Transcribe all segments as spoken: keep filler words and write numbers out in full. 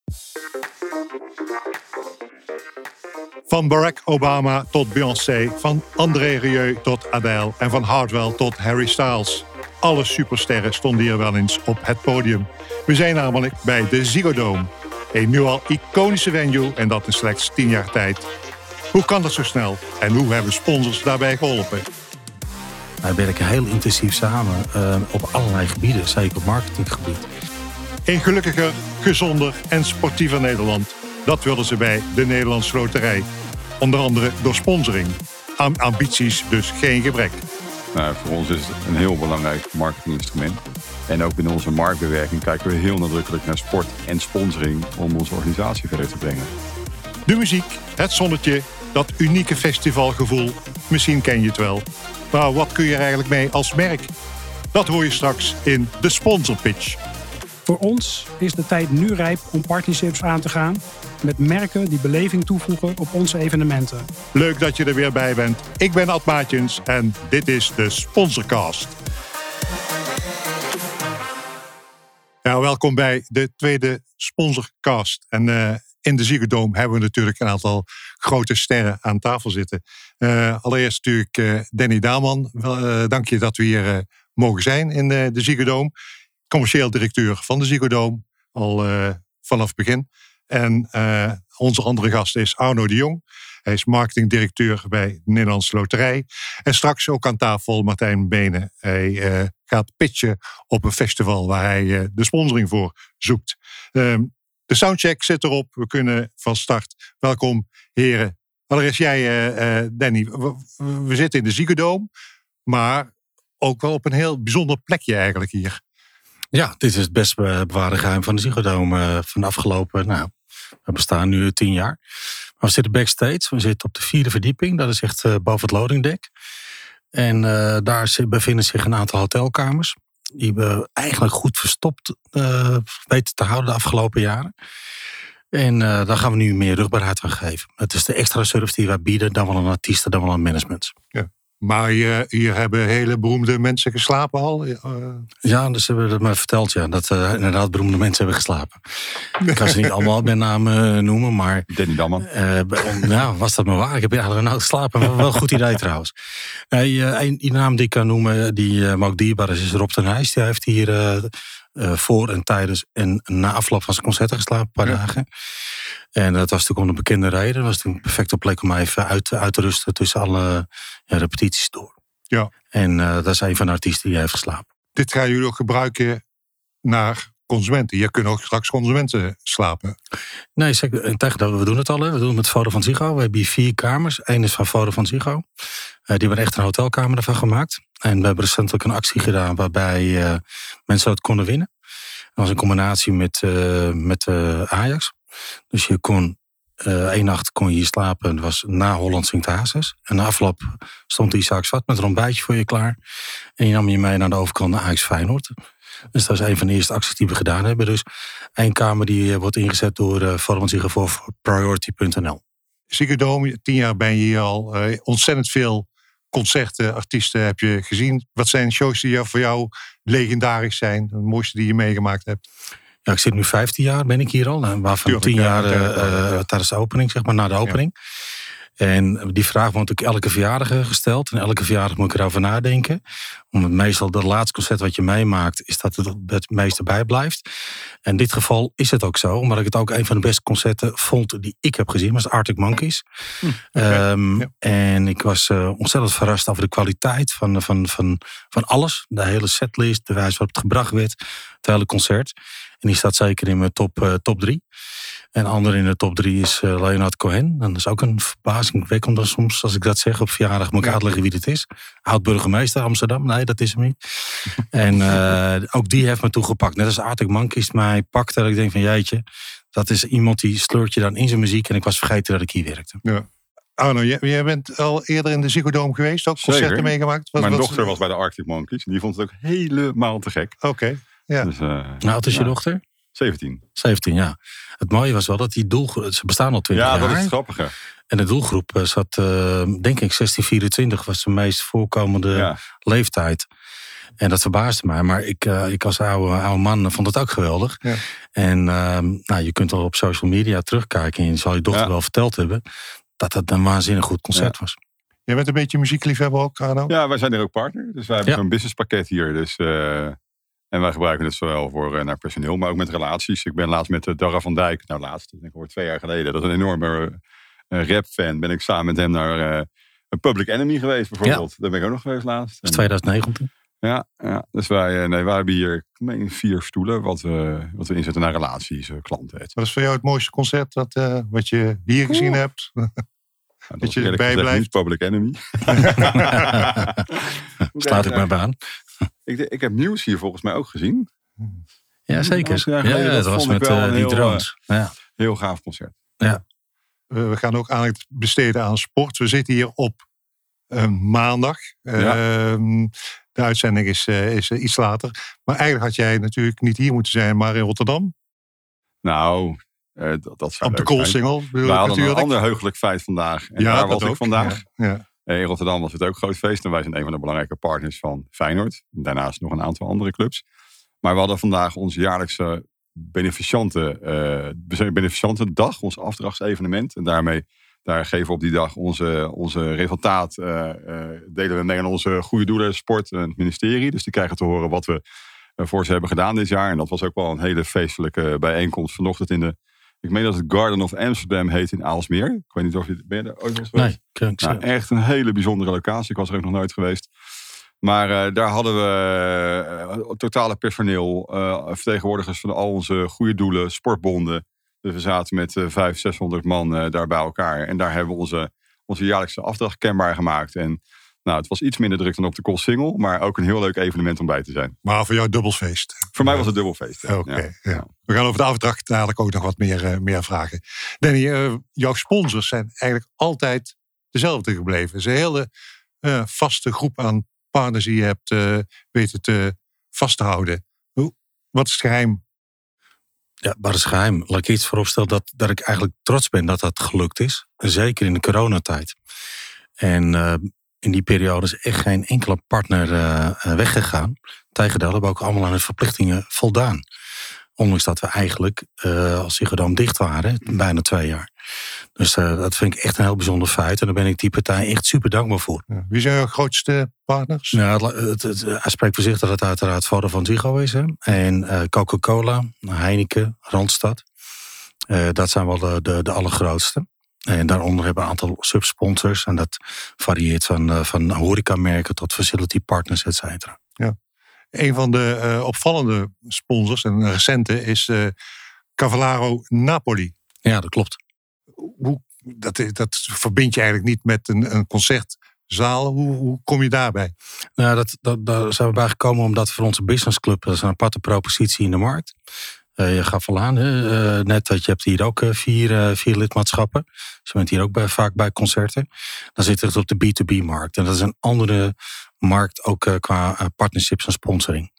Van Barack Obama tot Beyoncé, van André Rieu tot Adele en van Hardwell tot Harry Styles. Alle supersterren stonden hier wel eens op het podium. We zijn namelijk bij de Ziggo Dome. Een nu al iconische venue en dat in slechts tien jaar tijd. Hoe kan dat zo snel en hoe hebben sponsors daarbij geholpen? Wij werken heel intensief samen uh, op allerlei gebieden, zeker op marketinggebied. Een gelukkiger, gezonder en sportiever Nederland. Dat wilden ze bij de Nederlandse Loterij. Onder andere door sponsoring. Aan ambities dus geen gebrek. Nou, voor ons is het een heel belangrijk marketinginstrument. En ook in onze marktbewerking kijken we heel nadrukkelijk naar sport en sponsoring om onze organisatie verder te brengen. De muziek, het zonnetje, dat unieke festivalgevoel. Misschien ken je het wel. Maar wat kun je er eigenlijk mee als merk? Dat hoor je straks in de Sponsor Pitch. Voor ons is de tijd nu rijp om partnerships aan te gaan met merken die beleving toevoegen op onze evenementen. Leuk dat je er weer bij bent. Ik ben Ad Maatjens en dit is de Sponsorcast. Ja, welkom bij de tweede Sponsorcast. En uh, in de Ziggo Dome hebben we natuurlijk een aantal grote sterren aan tafel zitten. Uh, allereerst natuurlijk uh, Danny Daman. Uh, dank je dat we hier uh, mogen zijn in uh, de Ziggo Dome. Commercieel directeur van de Ziggo Dome, al uh, vanaf het begin. En uh, onze andere gast is Arno de Jong. Hij is marketingdirecteur bij de Nederlandse Loterij. En straks ook aan tafel Martijn Benen. Hij uh, gaat pitchen op een festival waar hij uh, de sponsoring voor zoekt. Uh, de soundcheck zit erop. We kunnen van start. Welkom, heren. Allereerst jij, uh, uh, Danny. We, we zitten in de Ziggo Dome, maar ook wel op een heel bijzonder plekje eigenlijk hier. Ja, dit is het best bewaarde geheim van de Ziggo Dome van de afgelopen, nou, we bestaan nu tien jaar. Maar we zitten backstage, we zitten op de vierde verdieping, dat is echt uh, boven het loadingdek. En uh, daar bevinden zich een aantal hotelkamers, die we eigenlijk goed verstopt uh, weten te houden de afgelopen jaren. En uh, daar gaan we nu meer rugbaarheid aan geven. Het is de extra service die wij bieden, dan wel aan artiesten, dan wel aan management. Ja. Maar hier, hier hebben hele beroemde mensen geslapen al? Uh... Ja, dus hebben we dat maar verteld, ja. Dat uh, inderdaad beroemde mensen hebben geslapen. Ik kan ze niet allemaal bij naam uh, noemen, maar... Danny Daman. Uh, nou, was dat maar waar. Ik heb eigenlijk nooit geslapen, maar wel een goed idee trouwens. Uh, een, een naam die ik kan noemen, die uh, me ook dierbaar is, is Rob ten Heijs. Die heeft hier uh, uh, voor en tijdens en na afloop van zijn concerten geslapen, een paar ja. dagen. En dat was natuurlijk om een bekende reden. Dat was een perfecte plek om even uit, uit te rusten tussen alle ja, repetities door. Ja. En uh, dat is een van de artiesten die heeft geslapen. Dit gaan jullie ook gebruiken naar consumenten. Hier kunnen ook straks consumenten slapen. Nee, zeker. Tegen, we doen het al. Hè. We doen het met Foto van Ziggo. We hebben hier vier kamers. Eén is van Foto van Ziggo. Uh, die hebben echt een hotelkamer ervan gemaakt. En we hebben recentelijk een actie gedaan waarbij uh, mensen het konden winnen. Dat was een combinatie met, uh, met uh, Ajax. Dus je kon uh, één nacht kon je hier slapen. Dat was na Holland Zingt Hazes. En na afloop stond Isaac Zwart met een ontbijtje voor je klaar. En die nam je mee naar de overkant naar Ajax Feyenoord. Dus dat is een van de eerste acties die we gedaan hebben. Dus één kamer die wordt ingezet door uh, Forum Ziggo voor Priority punt n l. Ziggo Dome, tien jaar ben je hier al. Uh, ontzettend veel concerten, artiesten heb je gezien. Wat zijn shows die voor jou legendarisch zijn? De mooiste die je meegemaakt hebt? Ja, ik zit nu vijftien jaar, ben ik hier al. Waarvan tien jaar uh, uh, tijdens de opening, zeg maar, na de opening. Ja. En die vraag wordt natuurlijk elke verjaardag gesteld. En elke verjaardag moet ik erover nadenken. Omdat meestal het laatste concert wat je meemaakt, is dat het het meeste bijblijft. En in dit geval is het ook zo. Omdat ik het ook een van de beste concerten vond die ik heb gezien. Was Arctic Monkeys. Hm, okay. um, ja. En ik was uh, ontzettend verrast over de kwaliteit van, van, van, van alles. De hele setlist, de wijze waarop het gebracht werd. Het hele concert. En die staat zeker in mijn top, uh, top drie. En ander in de top drie is uh, Leonard Cohen. En dat is ook een verbazingwekkend soms, als ik dat zeg. Op verjaardag moet ik uitleggen wie dit is. Oud-burgemeester Amsterdam. Nee, dat is hem niet. En uh, ook die heeft me toegepakt. Net als Arctic Monkeys mij pakte. Dat ik denk van jeetje, dat is iemand die sleurt je dan in zijn muziek. En ik was vergeten dat ik hier werkte. Ja. Arno, jij, jij bent al eerder in de Ziggo Dome geweest. Ook concerten Zeker. meegemaakt. Wat, Mijn wat... dochter was bij de Arctic Monkeys. Die vond het ook helemaal te gek. Oké. Okay. Ja. Dus, uh, nou, wat is je ja. dochter? zeventien. zeventien, ja. Het mooie was wel dat die doelgroep... Ze bestaan al twintig ja, jaar. Ja, dat is het grappige. En de doelgroep zat, uh, denk ik, zestien vierentwintig was de meest voorkomende ja. leeftijd. En dat verbaasde mij. Maar ik, uh, ik als oude, oude man vond het ook geweldig. Ja. En uh, nou, je kunt al op social media terugkijken. En je zal je dochter ja. wel verteld hebben dat het een waanzinnig goed concert ja. was. Jij bent een beetje muziekliefhebber ook, Arno? Ja, wij zijn er ook partner. Dus wij hebben ja. zo'n businesspakket hier. Dus, uh, en wij gebruiken het zowel voor uh, naar personeel, maar ook met relaties. Ik ben laatst met uh, Dara van Dijk, nou laatst, ik hoor twee jaar geleden. Dat is een enorme uh, rap-fan. Ben ik samen met hem naar uh, een Public Enemy geweest bijvoorbeeld. Ja. Daar ben ik ook nog geweest laatst. Dat is twintig negentien. Ja, ja, dus wij, nee, wij hebben hier ik meen, vier stoelen wat we, wat we inzetten naar relaties, uh, klanten. Wat is voor jou het mooiste concert dat, uh, wat je hier gezien Oeh. hebt? Nou, dat, dat je erbij blijft. Niet Public Enemy. Slaat ik maar baan. Ik, ik heb nieuws hier volgens mij ook gezien. Ja, zeker. Ja, ja, dat, dat was met uh, die heel, drones. Ja. Heel gaaf concert. Ja. We gaan ook aandacht besteden aan sport. We zitten hier op uh, maandag. Ja. Uh, de uitzending is, uh, is uh, iets later. Maar eigenlijk had jij natuurlijk niet hier moeten zijn, maar in Rotterdam. Nou, uh, dat, dat zou op de Koolsingel. We hadden natuurlijk een ander heugelijk feit vandaag. En ja, daar was ik ook. vandaag. Ja. Ja. In Rotterdam was het ook groot feest. En wij zijn een van de belangrijke partners van Feyenoord. Daarnaast nog een aantal andere clubs. Maar we hadden vandaag onze jaarlijkse beneficiante, uh, beneficiante dag. Ons afdrachtsevenement. En daarmee daar geven we op die dag onze, onze resultaat. Uh, uh, delen we mee aan onze goede doelen, sport en het ministerie. Dus die krijgen te horen wat we uh, voor ze hebben gedaan dit jaar. En dat was ook wel een hele feestelijke bijeenkomst vanochtend in de... Ik meen dat het Garden of Amsterdam heet in Aalsmeer. Ik weet niet of je... Ben je daar ooit eens geweest? Nee, ik nou, echt een hele bijzondere locatie. Ik was er ook nog nooit geweest. Maar uh, daar hadden we uh, totale personeel, uh, vertegenwoordigers van al onze goede doelen, sportbonden. Dus we zaten met uh, vijfhonderd, zeshonderd man uh, daar bij elkaar. En daar hebben we onze, onze jaarlijkse afdracht kenbaar gemaakt. En nou, het was iets minder druk dan op de Koolsingel, maar ook een heel leuk evenement om bij te zijn. Maar voor jou dubbelfeest? Voor mij was het dubbelfeest. Ja. Oké. Okay, ja. Ja. We gaan over de afdracht dadelijk ook nog wat meer, uh, meer vragen. Danny, uh, jouw sponsors zijn eigenlijk altijd dezelfde gebleven. Het is een hele uh, vaste groep aan partners die je hebt uh, weten te vast te houden. Hoe, wat is het geheim? Ja, wat is het geheim? Laat ik iets vooropstellen dat, dat ik eigenlijk trots ben dat dat gelukt is. Zeker in de coronatijd. En uh, in die periode is echt geen enkele partner uh, weggegaan. Tegendeel, hebben we ook allemaal aan de verplichtingen voldaan. Ondanks dat we eigenlijk uh, als Ziggo Dome dicht waren, bijna twee jaar. Dus uh, dat vind ik echt een heel bijzonder feit. En daar ben ik die partij echt super dankbaar voor. Ja. Wie zijn jouw grootste partners? Nou, het, het, het, hij spreekt voor zich dat het uiteraard Vodafone Ziggo is. Hè? En uh, Coca-Cola, Heineken, Randstad. Uh, dat zijn wel de, de, de allergrootste. En daaronder hebben we een aantal subsponsors. En dat varieert van, uh, van horecamerken tot facility partners, et cetera. Ja. Een van de uh, opvallende sponsors, en een recente, is uh, Cavallaro Napoli. Ja, dat klopt. Hoe, dat, dat verbind je eigenlijk niet met een, een concertzaal. Hoe, hoe kom je daarbij? Nou, dat, dat, daar zijn we bij gekomen omdat voor onze businessclub, dat is een aparte propositie in de markt. Uh, je gaf al aan, uh, net dat je hebt hier ook uh, vier, uh, vier lidmaatschappen. Dus je bent hier ook bij, vaak bij concerten. Dan zit het op de B twee B-markt. En dat is een andere markt ook uh, qua uh, partnerships en sponsoring.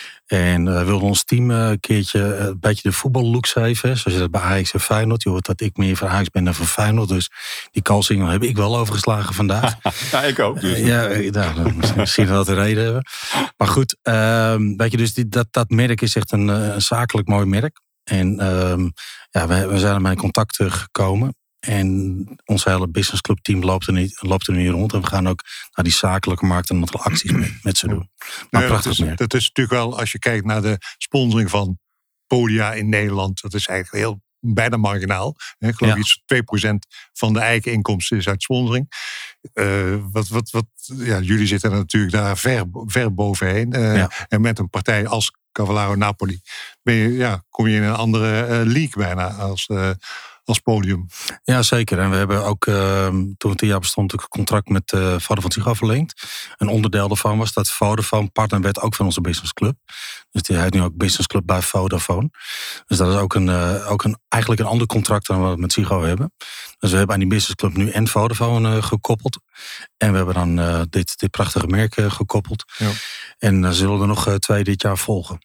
En uh, we wilden ons team uh, een keertje uh, een beetje de voetballooks geven. Zoals je dat bij Ajax en Feyenoord. Je hoort dat ik meer van Ajax ben dan van Feyenoord. Dus die Koolsingel heb ik wel overgeslagen vandaag. Ja, ik ook. Dus. Uh, ja, nou, misschien dat we een reden hebben. Maar goed, uh, weet je, dus die, dat, dat merk is echt een, een zakelijk mooi merk. En uh, ja, we, we zijn ermee in contact gekomen. En ons hele businessclub team loopt er, niet, loopt er nu rond. En we gaan ook naar die zakelijke markt en een aantal acties met, met ze doen. Maar ja, prachtig dat, is, merk. dat is natuurlijk wel, als je kijkt naar de sponsoring van podia in Nederland. Dat is eigenlijk heel bijna marginaal. Ik geloof ja. iets twee procent van de eigen inkomsten is uit sponsoring. Uh, wat, wat, wat, ja, jullie zitten er natuurlijk daar ver, ver bovenheen. Uh, ja. En met een partij als Cavallaro Napoli ben je, ja, kom je in een andere uh, league bijna als... Uh, als podium. Ja, zeker. En we hebben ook, uh, toen het een jaar bestond, een contract met uh, Vodafone Ziggo verlengd. Een onderdeel daarvan was dat Vodafone partner werd ook van onze businessclub. Dus die heet nu ook businessclub bij Vodafone. Dus dat is ook, een, uh, ook een, eigenlijk een ander contract dan wat we met Ziggo hebben. Dus we hebben aan die businessclub nu en Vodafone uh, gekoppeld. En we hebben dan uh, dit, dit prachtige merk uh, gekoppeld. Ja. En uh, zullen er nog uh, twee dit jaar volgen.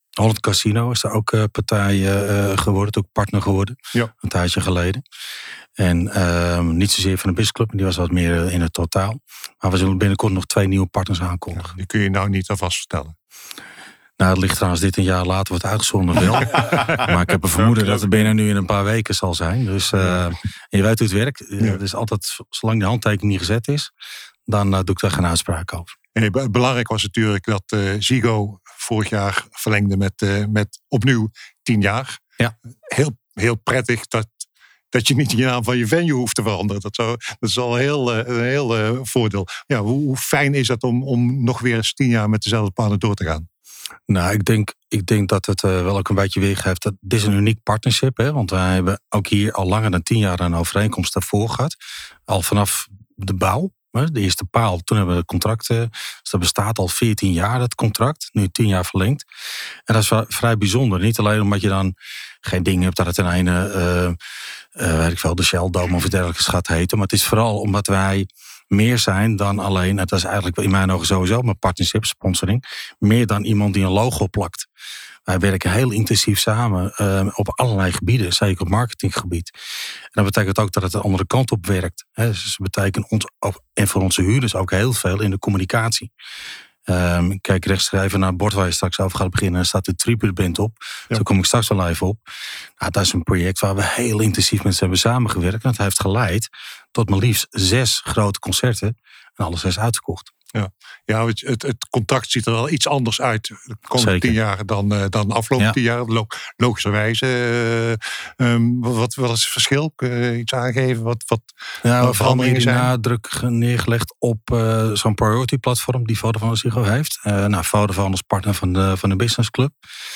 Holland Casino is daar ook uh, partij uh, geworden, ook partner geworden. Ja. Een tijdje geleden. En uh, niet zozeer van de businessclub, maar die was wat meer in het totaal. Maar we zullen binnenkort nog twee nieuwe partners aankondigen. Ja, die kun je nou niet alvast vertellen. Nou, het ligt trouwens dit een jaar later wordt uitgezonden wel. Maar ik heb een vermoeden dat het binnen nu in een paar weken zal zijn. Dus uh, en je weet hoe het werkt. Ja. Dus altijd, zolang die handtekening niet gezet is, dan uh, doe ik daar geen uitspraak over. Nee, belangrijk was natuurlijk dat uh, Ziggo vorig jaar verlengde met, uh, met opnieuw tien jaar. Ja. Heel, heel prettig dat, dat je niet de naam van je venue hoeft te veranderen. Dat, zou, dat is al een heel, uh, een heel uh, voordeel. Ja, hoe, hoe fijn is het om, om nog weer eens tien jaar met dezelfde partner door te gaan? Nou, ik denk, ik denk dat het uh, wel ook een beetje weergeeft. Dat dit is een uniek partnership. Hè, want wij hebben ook hier al langer dan tien jaar een overeenkomst daarvoor gehad. Al vanaf de bouw. De eerste paal, toen hebben we het contract. Dus dat bestaat al veertien jaar, dat contract. Nu tien jaar verlengd. En dat is vrij bijzonder. Niet alleen omdat je dan geen ding hebt dat het een ene, uh, uh, weet ik wel, de Shell Dome of dergelijke gaat heten. Maar het is vooral omdat wij meer zijn dan alleen, dat is eigenlijk in mijn ogen sowieso, maar partnership, sponsoring, meer dan iemand die een logo plakt. Wij werken heel intensief samen uh, op allerlei gebieden, zeker op marketinggebied. En dat betekent ook dat het de andere kant op werkt. Hè. Dus het betekent ons ook, en voor onze huurders ook heel veel in de communicatie. Um, ik kijk rechts even naar het bord waar je straks over gaat beginnen. Er staat de Tribute op. Ja. Daar kom ik straks wel even op. Nou, dat is een project waar we heel intensief met ze hebben samengewerkt. En dat heeft geleid tot maar liefst zes grote concerten. En alle zes uitverkocht. Ja, ja het, het, het contract ziet er wel iets anders uit de komende tien jaar dan, uh, dan de afgelopen ja. tien jaar. Logischerwijze. Uh, um, wat, wat is het verschil? Kun je iets aangeven? Wat, wat, ja, wat veranderingen zijn? Nadruk neergelegd op uh, zo'n priority platform die Vodafone Ziggo heeft. Uh, nou, Vodafone als partner van de, van de Business Club.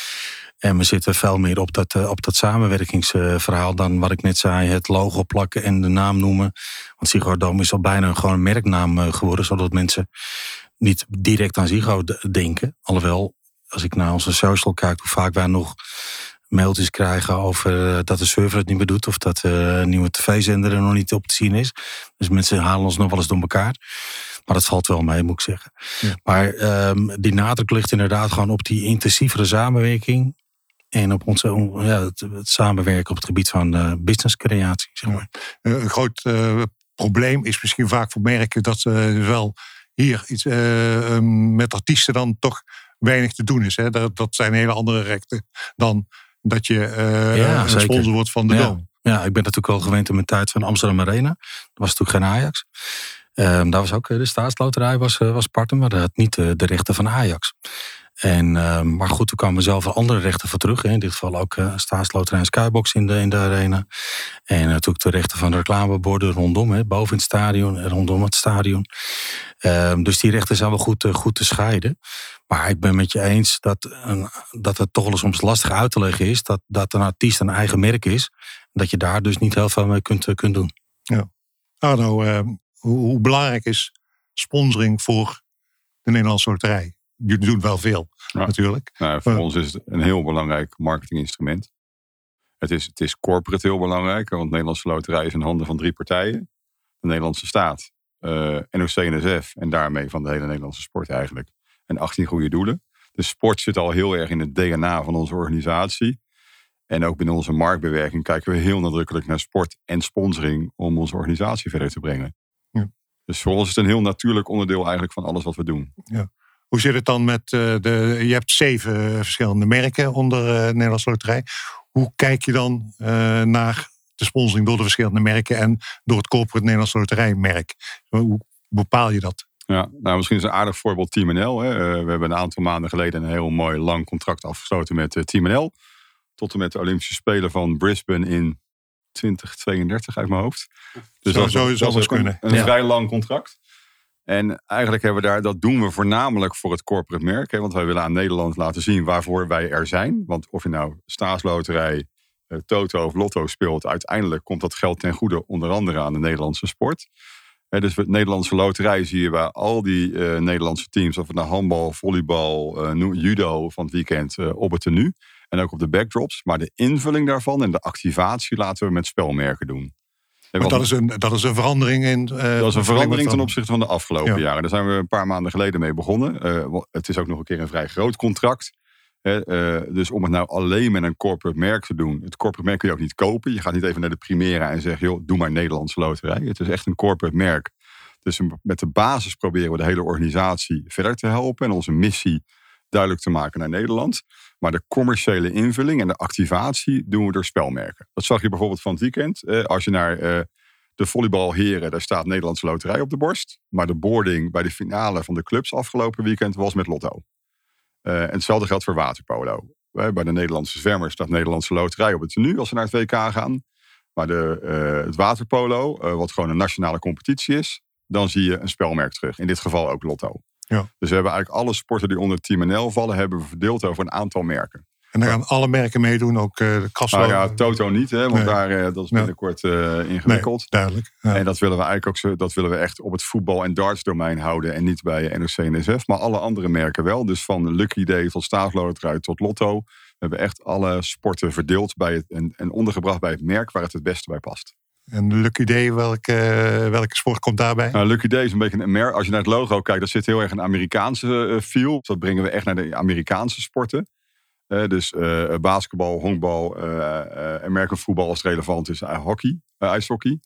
En we zitten veel meer op dat, op dat samenwerkingsverhaal dan wat ik net zei. Het logo plakken en de naam noemen. Want Ziggo Dome is al bijna gewoon een merknaam geworden. Zodat mensen niet direct aan Ziggo denken. Alhoewel, als ik naar onze social kijk, hoe vaak wij nog mailtjes krijgen over dat de server het niet meer doet. Of dat een nieuwe tv-zender er nog niet op te zien is. Dus mensen halen ons nog wel eens door elkaar. Maar dat valt wel mee, moet ik zeggen. Ja. Maar um, die nadruk ligt inderdaad gewoon op die intensievere samenwerking. En op onze, ja, het, het samenwerken op het gebied van uh, businesscreatie, zeg maar. Ja. Een groot uh, probleem is misschien vaak voor merken dat uh, wel hier iets uh, um, met artiesten dan toch weinig te doen is. Hè? Dat, dat zijn hele andere rechten dan dat je uh, ja, een sponsor zeker. wordt van de ja. Dome. Ja, ik ben natuurlijk wel gewend in mijn tijd van Amsterdam Arena. Dat was natuurlijk geen Ajax. Um, daar was ook de staatsloterij was, was partner, maar dat had niet de, de rechten van Ajax. En, uh, maar goed, er kwamen zelf andere rechten voor terug. Hè. In dit geval ook uh, staatsloterij en Skybox in de, in de arena. En natuurlijk de rechten van de reclameborden rondom, hè, boven in het stadion en rondom het stadion. Uh, dus die rechten zijn wel goed, uh, goed te scheiden. Maar ik ben met je eens dat, uh, dat het toch wel soms lastig uit te leggen is. Dat, dat een artiest een eigen merk is. Dat je daar dus niet heel veel mee kunt, uh, kunt doen. Ja. Arno, uh, hoe, hoe belangrijk is sponsoring voor de Nederlandse Loterij? Jullie doen wel veel, ja. natuurlijk. Nou, voor uh, ons is het een heel belangrijk marketinginstrument. Het is, het is corporate heel belangrijk, want de Nederlandse Loterij is in handen van drie partijen. De Nederlandse staat, uh, N O C N S F en daarmee van de hele Nederlandse sport eigenlijk. En achttien goede doelen. De sport zit al heel erg in het D N A van onze organisatie. En ook binnen onze marktbewerking kijken we heel nadrukkelijk naar sport en sponsoring om onze organisatie verder te brengen. Ja. Dus voor ons is het een heel natuurlijk onderdeel eigenlijk van alles wat we doen. Ja. Hoe zit het dan met uh, de... Je hebt zeven verschillende merken onder uh, de Nederlandse Loterij. Hoe kijk je dan uh, naar de sponsoring door de verschillende merken en door het corporate Nederlandse Loterijmerk? Hoe bepaal je dat? Ja, nou misschien is een aardig voorbeeld Team N L. Hè. Uh, we hebben een aantal maanden geleden een heel mooi lang contract afgesloten met uh, Team N L. Tot en met de Olympische Spelen van Brisbane in twintig tweeëndertig uit mijn hoofd. Dus Zo, dat, zo, dat, zo dat is kunnen. een, een ja. vrij lang contract. En eigenlijk hebben we daar, dat doen we voornamelijk voor het corporate merk. Hè, want wij willen aan Nederland laten zien waarvoor wij er zijn. Want of je nou staatsloterij, uh, toto of lotto speelt, uiteindelijk komt dat geld ten goede onder andere aan de Nederlandse sport. Hè, dus de Nederlandse loterij zie je bij al die uh, Nederlandse teams, of het nou handbal, volleybal, uh, judo van het weekend, uh, op het tenue. En ook op de backdrops. Maar de invulling daarvan en de activatie laten we met spelmerken doen. Maar dat is, een, dat is een verandering in... Uh, dat is een verandering ten opzichte van de afgelopen ja. jaren. Daar zijn we een paar maanden geleden mee begonnen. Uh, het is ook nog een keer een vrij groot contract. He, uh, dus om het nou alleen met een corporate merk te doen. Het corporate merk kun je ook niet kopen. Je gaat niet even naar de Primera en zeggen, joh, doe maar Nederlandse Loterij. Het is echt een corporate merk. Dus met de basis proberen we de hele organisatie verder te helpen. En onze missie duidelijk te maken naar Nederland. Maar de commerciële invulling en de activatie doen we door spelmerken. Dat zag je bijvoorbeeld van het weekend. Uh, als je naar uh, de volleybalheren, daar staat Nederlandse Loterij op de borst. Maar de boarding bij de finale van de clubs afgelopen weekend was met Lotto. Uh, en hetzelfde geldt voor waterpolo. Uh, bij de Nederlandse zwemmers staat Nederlandse Loterij op het tenue als ze naar het W K gaan. Maar de, uh, het waterpolo, uh, wat gewoon een nationale competitie is, dan zie je een spelmerk terug. In dit geval ook Lotto. Ja. Dus we hebben eigenlijk alle sporten die onder Team N L vallen, hebben we verdeeld over een aantal merken. En dan gaan alle merken meedoen, ook uh, de Caslo. Nou ja, Toto niet, hè, want nee. daar, uh, dat is binnenkort uh, ingewikkeld. Nee, duidelijk. Ja. En dat willen we eigenlijk ook zo, dat willen we echt op het voetbal- en darts-domein houden en niet bij N O C en N S F, maar alle andere merken wel. Dus van Lucky Day tot Staatsloterij tot Lotto. We hebben echt alle sporten verdeeld bij het, en, en ondergebracht bij het merk waar het het beste bij past. En Lucky Day, welke, welke sport komt daarbij? Nou, Lucky Day is een beetje een merk. Als je naar het logo kijkt, dat zit heel erg een Amerikaanse uh, feel. Dat brengen we echt naar de Amerikaanse sporten. Uh, dus uh, basketbal, honkbal, uh, uh, American voetbal als het relevant is, uh, hockey, uh, ijshockey.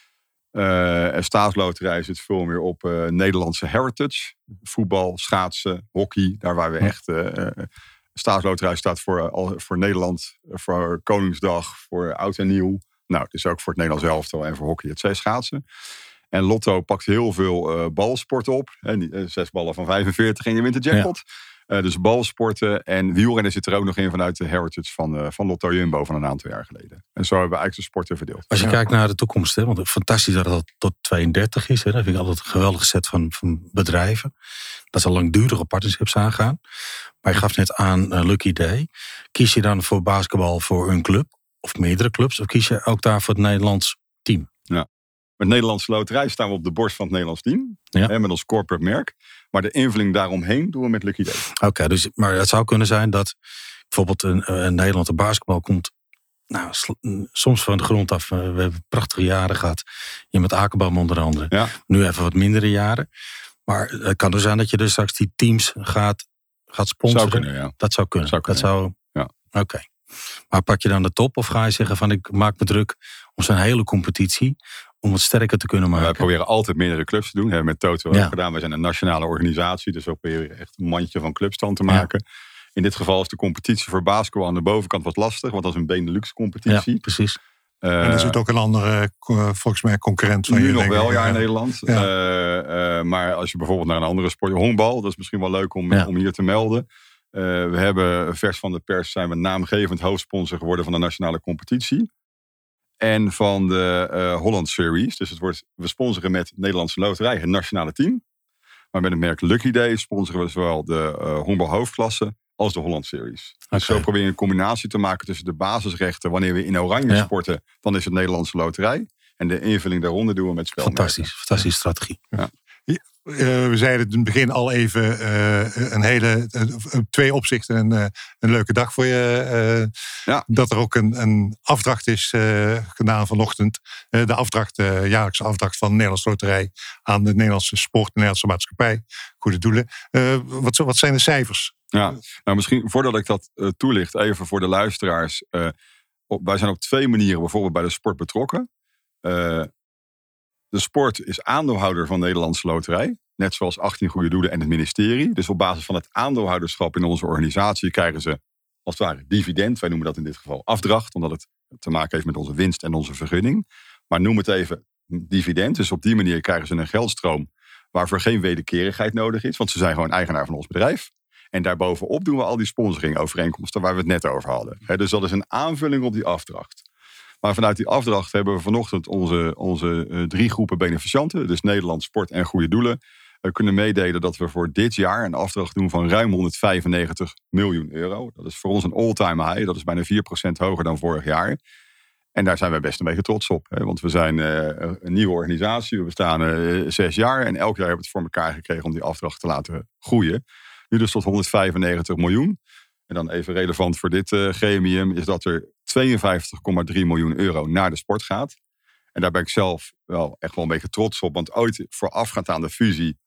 Uh, en staatsloterij zit veel meer op uh, Nederlandse heritage. Voetbal, schaatsen, hockey. Daar waar we echt... Uh, uh, staatsloterij staat voor, uh, voor Nederland, uh, voor Koningsdag, voor Oud en Nieuw. Nou, dus ook voor het Nederlands elftal en voor hockey het zes schaatsen. En Lotto pakt heel veel uh, balsporten op. Hè, uh, zes ballen van vijfenveertig en je wint de jackpot. Ja. Uh, dus balsporten en wielrennen zit er ook nog in vanuit de heritage van, uh, van Lotto Jumbo van een aantal jaar geleden. En zo hebben we eigenlijk de sporten verdeeld. Als je ja. kijkt naar de toekomst, hè, want fantastisch dat het tot tweeëndertig is. Hè, dat vind ik altijd een geweldige set van, van bedrijven. Dat ze langdurige partnerships aangaan. Maar je gaf net aan uh, Lucky Day. Kies je dan voor basketbal voor een club? Of meerdere clubs? Of kies je ook daar voor het Nederlands team? Ja. Met Nederlandse Loterij staan we op de borst van het Nederlands team. Ja. Hè, met ons corporate merk. Maar de invulling daaromheen doen we met Lucky Day. Oké, okay, dus, maar het zou kunnen zijn dat bijvoorbeeld een, een Nederlandse basketbal komt. Nou, soms van de grond af. We hebben prachtige jaren gehad. Je met Akerboom onder andere. Ja. Nu even wat mindere jaren. Maar het kan dus zijn dat je dus straks die teams gaat, gaat sponsoren. Zou kunnen, ja. Dat zou kunnen. Zou kunnen, dat zou, ja. Oké. Okay. Maar pak je dan de top of ga je zeggen van ik maak me druk om zo'n hele competitie om het sterker te kunnen maken? Wij proberen altijd meerdere clubs te doen. Dat hebben we met Toto ja. ook gedaan. Wij zijn een nationale organisatie, dus we proberen echt een mandje van clubstand te maken. Ja. In dit geval is de competitie voor basketbal aan de bovenkant wat lastig, want dat is een Benelux competitie. Ja, precies. Uh, en er zit ook een andere, volgens mij, concurrent van nu je. Nu nog denk wel, ik. ja, in Nederland. Ja. Uh, uh, maar als je bijvoorbeeld naar een andere sport, honkbal, dat is misschien wel leuk om, ja. om hier te melden. Uh, we hebben, vers van de pers, zijn we naamgevend hoofdsponsor geworden van de nationale competitie. En van de uh, Holland Series. Dus het wordt, we sponsoren met Nederlandse Loterij het nationale team. Maar met het merk Lucky Day sponsoren we zowel de uh, honkbal hoofdklasse als de Holland Series. Okay. Dus zo proberen we een combinatie te maken tussen de basisrechten. Wanneer we in oranje ja. sporten, dan is het Nederlandse Loterij. En de invulling daaronder doen we met spelmerken. Fantastisch, fantastische strategie. Ja. Uh, we zeiden in het begin al even uh, een hele, uh, twee opzichten een, uh, een leuke dag voor je. Uh, ja. Dat er ook een, een afdracht is uh, gedaan vanochtend. Uh, de afdracht, uh, jaarlijkse afdracht van de Nederlandse Loterij aan de Nederlandse sport, de Nederlandse maatschappij. Goede doelen. Uh, wat, wat zijn de cijfers? Ja, nou misschien voordat ik dat uh, toelicht, even voor de luisteraars. Uh, op, wij zijn op twee manieren bijvoorbeeld bij de sport betrokken. Uh, De sport is aandeelhouder van de Nederlandse Loterij. Net zoals achttien Goede Doelen en het ministerie. Dus op basis van het aandeelhouderschap in onze organisatie krijgen ze als het ware dividend. Wij noemen dat in dit geval afdracht. Omdat het te maken heeft met onze winst en onze vergunning. Maar noem het even dividend. Dus op die manier krijgen ze een geldstroom waarvoor geen wederkerigheid nodig is. Want ze zijn gewoon eigenaar van ons bedrijf. En daarbovenop doen we al die sponsoringovereenkomsten waar we het net over hadden. He, dus dat is een aanvulling op die afdracht. Maar vanuit die afdracht hebben we vanochtend onze, onze uh, drie groepen beneficianten, dus Nederland, Sport en Goede Doelen, uh, kunnen meedelen dat we voor dit jaar een afdracht doen van ruim honderdvijfennegentig miljoen euro. Dat is voor ons een all-time high. Dat is bijna vier procent hoger dan vorig jaar. En daar zijn wij best een beetje trots op. Hè? Want we zijn uh, een nieuwe organisatie. We bestaan uh, zes jaar. En elk jaar hebben we het voor elkaar gekregen om die afdracht te laten groeien. Nu dus tot honderdvijfennegentig miljoen. En dan even relevant voor dit uh, gremium is dat er tweeënvijftig komma drie miljoen euro naar de sport gaat. En daar ben ik zelf wel echt wel een beetje trots op. Want ooit voorafgaand aan de fusie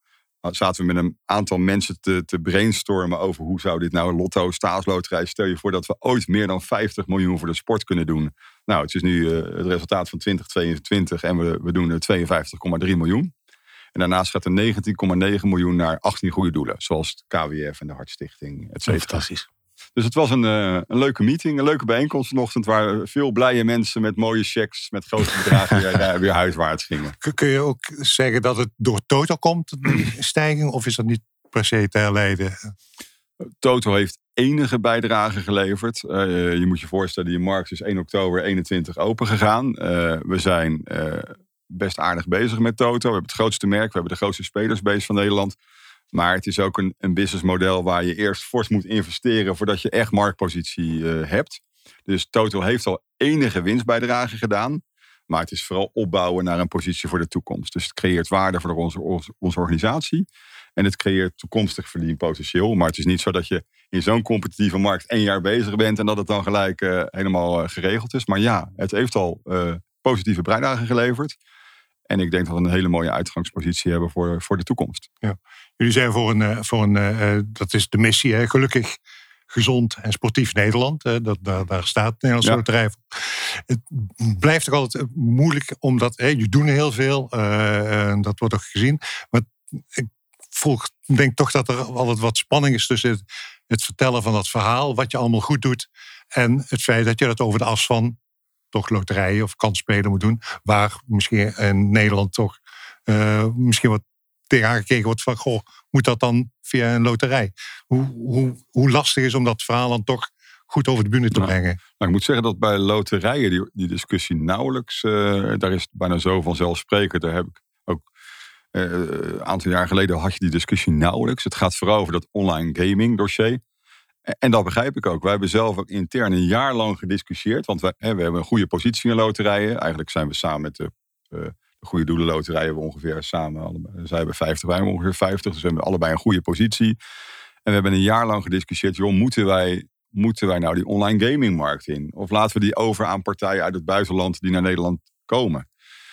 zaten we met een aantal mensen te, te brainstormen over hoe zou dit nou een lotto, staatsloterij. Stel je voor dat we ooit meer dan vijftig miljoen voor de sport kunnen doen. Nou, het is nu uh, het resultaat van twintig tweeëntwintig en we, we doen tweeënvijftig komma drie miljoen. En daarnaast gaat er negentien komma negen miljoen naar achttien goede doelen. Zoals het K W F en de Hartstichting, et cetera. Fantastisch. Dus het was een, uh, een leuke meeting, een leuke bijeenkomst vanochtend. Waar veel blije mensen met mooie checks, met grote bedragen weer, weer huiswaarts gingen. Kun je ook zeggen dat het door Toto komt, die stijging? Of is dat niet per se te herleiden? Toto heeft enige bijdrage geleverd. Uh, je moet je voorstellen, die markt is één oktober eenentwintig open gegaan. Uh, we zijn uh, best aardig bezig met Toto. We hebben het grootste merk, we hebben de grootste spelersbase van Nederland. Maar het is ook een, een businessmodel waar je eerst fors moet investeren voordat je echt marktpositie uh, hebt. Dus Toto heeft al enige winstbijdrage gedaan. Maar het is vooral opbouwen naar een positie voor de toekomst. Dus het creëert waarde voor onze, onze, onze organisatie. En het creëert toekomstig verdienpotentieel. Maar het is niet zo dat je in zo'n competitieve markt één jaar bezig bent en dat het dan gelijk uh, helemaal uh, geregeld is. Maar ja, het heeft al uh, positieve bijdrage geleverd. En ik denk dat we een hele mooie uitgangspositie hebben voor, voor de toekomst. Ja. Jullie zijn voor een, voor een uh, dat is de missie, hè? Gelukkig, gezond en sportief Nederland. Hè? Dat, daar, daar staat het Nederlandse ja. Loterij voor. Het blijft toch altijd moeilijk, omdat hè, je doet heel veel. Uh, dat wordt ook gezien. Maar ik volg, denk toch dat er altijd wat spanning is tussen het, het vertellen van dat verhaal, wat je allemaal goed doet, en het feit dat je dat over de as van toch loterijen of kansspelen moet doen, waar misschien in Nederland toch uh, misschien wat tegenaan gekeken wordt van, goh, moet dat dan via een loterij? Hoe, hoe, hoe lastig is om dat verhaal dan toch goed over de bühne te nou, brengen? Nou, ik moet zeggen dat bij loterijen die, die discussie nauwelijks, uh, daar is het bijna zo vanzelfsprekend. Daar heb ik ook uh, een aantal jaar geleden had je die discussie nauwelijks. Het gaat vooral over dat online gaming dossier. En dat begrijp ik ook. Wij hebben zelf ook intern een jaar lang gediscussieerd. Want wij, hè, we hebben een goede positie in loterijen. Eigenlijk zijn we samen met de, uh, de Goede Doelen Loterij hebben we ongeveer samen. Allebei, zij hebben vijftig, wij hebben ongeveer vijftig. Dus we hebben allebei een goede positie. En we hebben een jaar lang gediscussieerd. Joh, moeten wij, moeten wij nou die online gamingmarkt in? Of laten we die over aan partijen uit het buitenland die naar Nederland komen?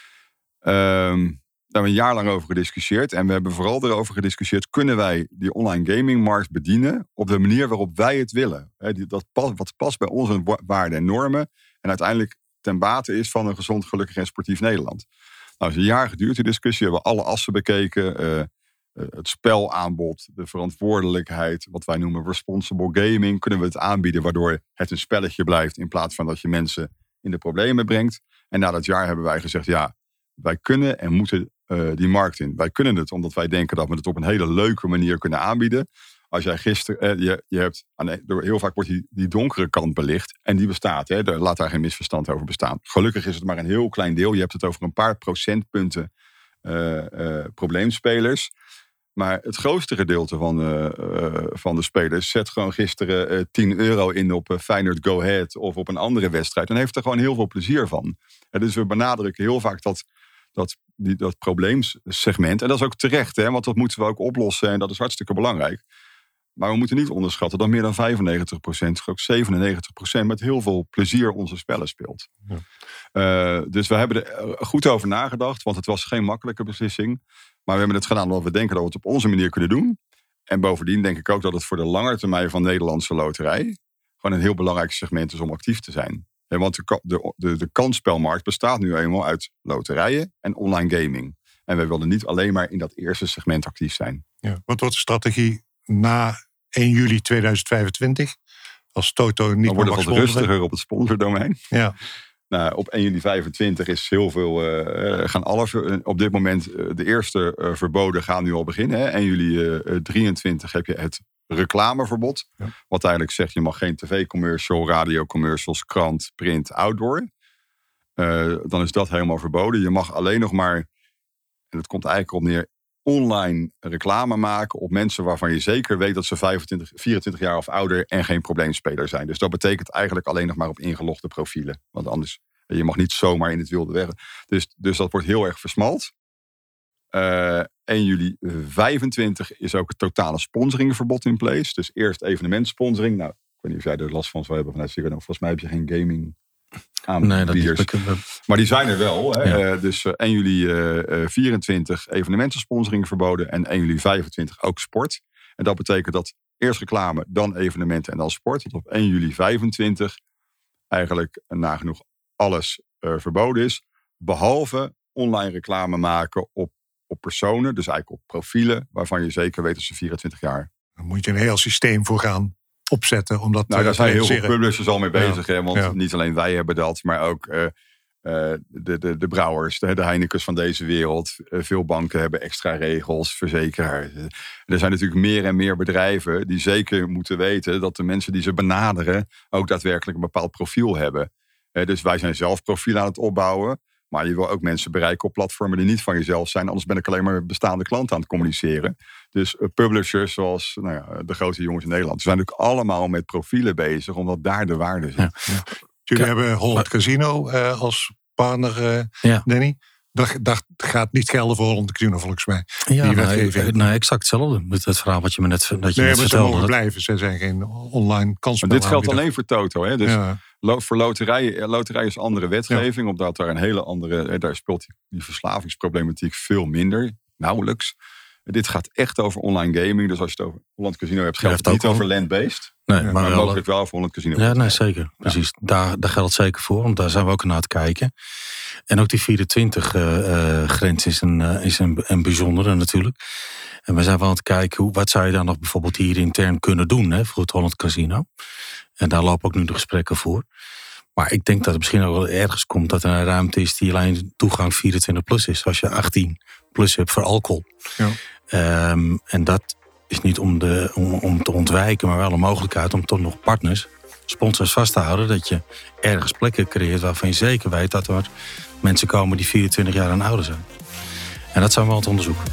Um, Daar hebben we een jaar lang over gediscussieerd. En we hebben vooral erover gediscussieerd, kunnen wij die online gamingmarkt bedienen op de manier waarop wij het willen? He, dat pas, wat past bij onze waarden en normen. En uiteindelijk ten bate is van een gezond, gelukkig en sportief Nederland. Nou, het is een jaar geduurd, die discussie. We hebben alle assen bekeken. Uh, uh, het spelaanbod, de verantwoordelijkheid, wat wij noemen responsible gaming. Kunnen we het aanbieden waardoor het een spelletje blijft in plaats van dat je mensen in de problemen brengt. En na dat jaar hebben wij gezegd, ja, wij kunnen en moeten uh, die markt in. Wij kunnen het omdat wij denken dat we het op een hele leuke manier kunnen aanbieden. Als jij gisteren, uh, je, je hebt, door, heel vaak wordt die, die donkere kant belicht. En die bestaat, hè, daar, laat daar geen misverstand over bestaan. Gelukkig is het maar een heel klein deel. Je hebt het over een paar procentpunten uh, uh, probleemspelers. Maar het grootste gedeelte van de, uh, van de spelers zet gewoon gisteren uh, tien euro in op uh, Feyenoord Go Ahead of op een andere wedstrijd. En heeft er gewoon heel veel plezier van. En dus we benadrukken heel vaak dat, dat, die, dat probleemsegment. En dat is ook terecht, hè, want dat moeten we ook oplossen en dat is hartstikke belangrijk. Maar we moeten niet onderschatten dat meer dan vijfennegentig procent, ook zevenennegentig procent met heel veel plezier onze spellen speelt. Ja. Uh, dus we hebben er goed over nagedacht, want het was geen makkelijke beslissing. Maar we hebben het gedaan omdat we denken dat we het op onze manier kunnen doen. En bovendien denk ik ook dat het voor de lange termijn van Nederlandse loterij gewoon een heel belangrijk segment is om actief te zijn. Ja, want de, de, de, de kansspelmarkt bestaat nu eenmaal uit loterijen en online gaming. En wij willen niet alleen maar in dat eerste segment actief zijn. Ja, wat wordt de strategie na één juli tweeduizend vijfentwintig? Als Toto niet dan wordt het wat rustiger op het sponsordomein. Ja. Nou, op één juli vijfentwintig is heel veel, uh, gaan alle, op dit moment uh, de eerste uh, verboden gaan nu al beginnen. Hè. één juli drieëntwintig heb je het reclameverbod. Ja. Wat eigenlijk zegt, je mag geen tv-commercial, radiocommercials, krant, print, outdoor. Uh, dan is dat helemaal verboden. Je mag alleen nog maar, en dat komt eigenlijk op neer, online reclame maken op mensen waarvan je zeker weet dat ze vijfentwintig, vierentwintig jaar of ouder en geen probleemspeler zijn. Dus dat betekent eigenlijk alleen nog maar op ingelogde profielen. Want anders, je mag niet zomaar in het wilde weg. Dus, dus dat wordt heel erg versmalt. Uh, één juli vijfentwintig is ook het totale sponsoringverbod in place. Dus eerst evenementsponsoring. Nou, ik weet niet of jij er last van zou hebben vanuit Ziggo. Volgens mij heb je geen gaming aanbieders. Nee, dat is... Maar die zijn er wel. Hè? Ja. Uh, dus uh, één juli uh, vierentwintig evenementensponsoring verboden en één juli vijfentwintig ook sport. En dat betekent dat eerst reclame, dan evenementen en dan sport. Dat op één juli vijfentwintig eigenlijk nagenoeg alles uh, verboden is. Behalve online reclame maken op, op personen. Dus eigenlijk op profielen waarvan je zeker weet dat ze vierentwintig jaar. Dan moet je een heel systeem voor gaan opzetten. Omdat, nou, daar zijn heel veel publishers al mee bezig. Ja. Hè, want ja. niet alleen wij hebben dat, maar ook uh, uh, de, de, de brouwers, de, de Heinekens van deze wereld. Uh, veel banken hebben extra regels, verzekeraars. Uh, er zijn natuurlijk meer en meer bedrijven die zeker moeten weten dat de mensen die ze benaderen ook daadwerkelijk een bepaald profiel hebben. Uh, dus wij zijn zelf profiel aan het opbouwen. Maar je wil ook mensen bereiken op platformen die niet van jezelf zijn. Anders ben ik alleen maar bestaande klanten aan het communiceren. Dus uh, publishers zoals nou ja, de grote jongens in Nederland. Ze zijn natuurlijk allemaal met profielen bezig. Omdat daar de waarde zit. Ja. Ja. Jullie ja. hebben Holland Casino uh, als partner, uh, ja. Danny. Dat, dat gaat niet gelden voor Holland Casino volgens mij. Ja, die wetgeving. Nee, nee, exact hetzelfde. Met het verhaal wat je me net, dat je nee, net maar vertelde. Ze mogen blijven. Ze zijn geen online kansspel. Maar dit geldt alleen voor Toto. Hè? Dus ja. lo, voor loterijen, loterij is andere wetgeving. Ja. Omdat daar een hele andere... Daar speelt die, die verslavingsproblematiek veel minder. Nauwelijks. Dit gaat echt over online gaming. Dus als je het over Holland Casino hebt, geldt het niet over land-based. Nee, ja, maar, maar wel, mogelijk wel voor Holland Casino. Ja, nee, zeker. Precies. Ja. Daar, daar geldt het zeker voor. Want daar zijn we ook naar te kijken. En ook die vierentwintig uh, uh, grens is, een, uh, is een, een bijzondere natuurlijk. En we zijn wel aan het kijken, hoe, wat zou je dan nog bijvoorbeeld hier intern kunnen doen, hè, voor het Holland Casino. En daar lopen ook nu de gesprekken voor. Maar ik denk dat het misschien ook wel ergens komt dat er een ruimte is die alleen toegang vierentwintig plus is. Als je achttien plus hebt voor alcohol. Ja. Um, en dat is niet om, de, om, om te ontwijken, maar wel een mogelijkheid om toch nog partners, sponsors vast te houden. Dat je ergens plekken creëert waarvan je zeker weet dat er mensen komen die vierentwintig jaar en ouder zijn. En dat zijn we aan het onderzoeken.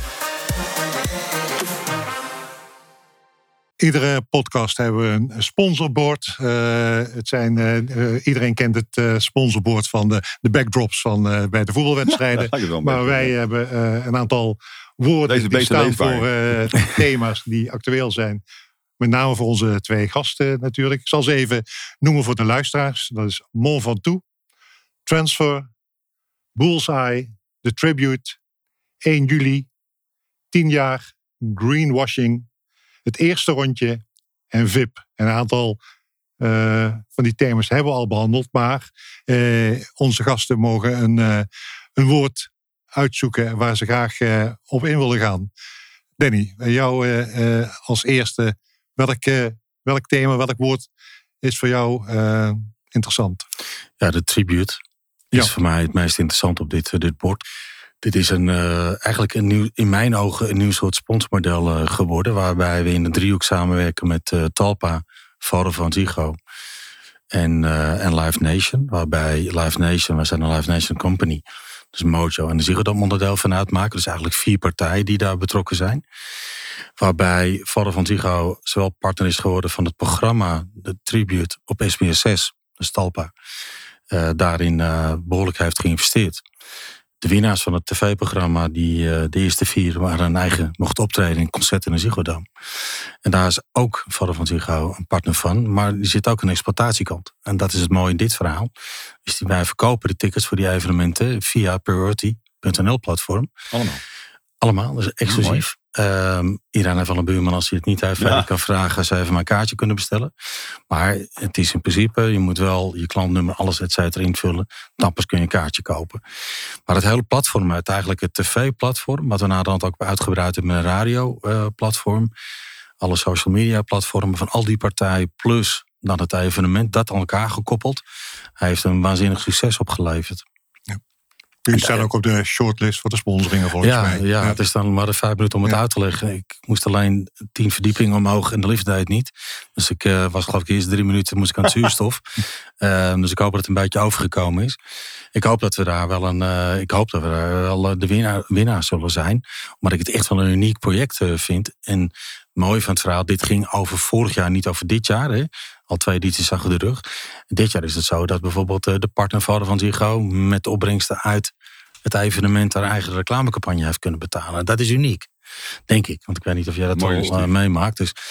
Iedere podcast hebben we een sponsorboard. Uh, het zijn, uh, iedereen kent het uh, sponsorboard van de, de backdrops van uh, bij de voetbalwedstrijden. Ja, maar wij mee. hebben uh, een aantal woorden Deze die staan leesbaar. voor uh, thema's die actueel zijn. Met name voor onze twee gasten natuurlijk. Ik zal ze even noemen voor de luisteraars. Dat is Mont Ventoux, Transfer, Bullseye, The Tribute, één juli, tien jaar, Greenwashing, het eerste rondje en V I P. En een aantal uh, van die thema's hebben we al behandeld. Maar uh, onze gasten mogen een, uh, een woord uitzoeken waar ze graag uh, op in willen gaan. Danny, jou uh, uh, als eerste. Welk, uh, welk thema, welk woord is voor jou uh, interessant? Ja, de tribute is ja. voor mij het meest interessant op dit, dit bord. Dit is een, uh, eigenlijk een nieuw, in mijn ogen een nieuw soort sponsormodel uh, geworden. Waarbij we in een driehoek samenwerken met uh, Talpa, Vodafone Ziggo en, uh, en Live Nation. Waarbij Live Nation, we zijn een Live Nation company. Dus Mojo en de Ziggo daar onderdeel van uitmaken. Dus eigenlijk vier partijen die daar betrokken zijn. Waarbij Vodafone Ziggo zowel partner is geworden van het programma, de Tribute op S B S zes, dus Talpa. Uh, daarin uh, behoorlijk heeft geïnvesteerd. De winnaars van het tv-programma, die uh, de eerste vier, waren een eigen mochten optreden in concert in de Ziggo Dome. En daar is ook Vodafone Ziggo een partner van, maar die zit ook aan de exploitatiekant. En dat is het mooie in dit verhaal. Dus die, wij verkopen de tickets voor die evenementen via priority punt n l platform. Allemaal. Allemaal, dus exclusief. Um, Iraan heeft wel een buurman, als hij het niet heeft, ja. kan vragen, ze even mijn kaartje kunnen bestellen. Maar het is in principe, je moet wel je klantnummer, alles et cetera invullen. Dan pas kun je een kaartje kopen. Maar het hele platform, het eigenlijk het tv-platform, wat we naderhand ook uitgebreid hebben met een radio-platform. Alle social media platformen van al die partijen, plus dan het evenement, dat aan elkaar gekoppeld. Hij heeft een waanzinnig succes opgeleverd. Jullie staan ook op de shortlist voor de sponsoringen volgens ja, mij. Ja, ja, het is dan maar vijf minuten om het ja. uit te leggen. Ik moest alleen tien verdiepingen omhoog en de lift deed het niet. Dus ik uh, was geloof ik eerst drie minuten moest ik aan het zuurstof. uh, dus ik hoop dat het een beetje overgekomen is. Ik hoop dat we daar wel een, uh, ik hoop dat we daar wel de winnaar, winnaar zullen zijn. Omdat ik het echt wel een uniek project uh, vind. En het mooie van het verhaal, dit ging over vorig jaar, niet over dit jaar. Hè. Al twee edities achter de rug. Dit jaar is het zo dat bijvoorbeeld de partnervader van Ziggo met de opbrengsten uit het evenement haar eigen reclamecampagne heeft kunnen betalen. Dat is uniek, denk ik. Want ik weet niet of jij dat al uh, meemaakt. Dus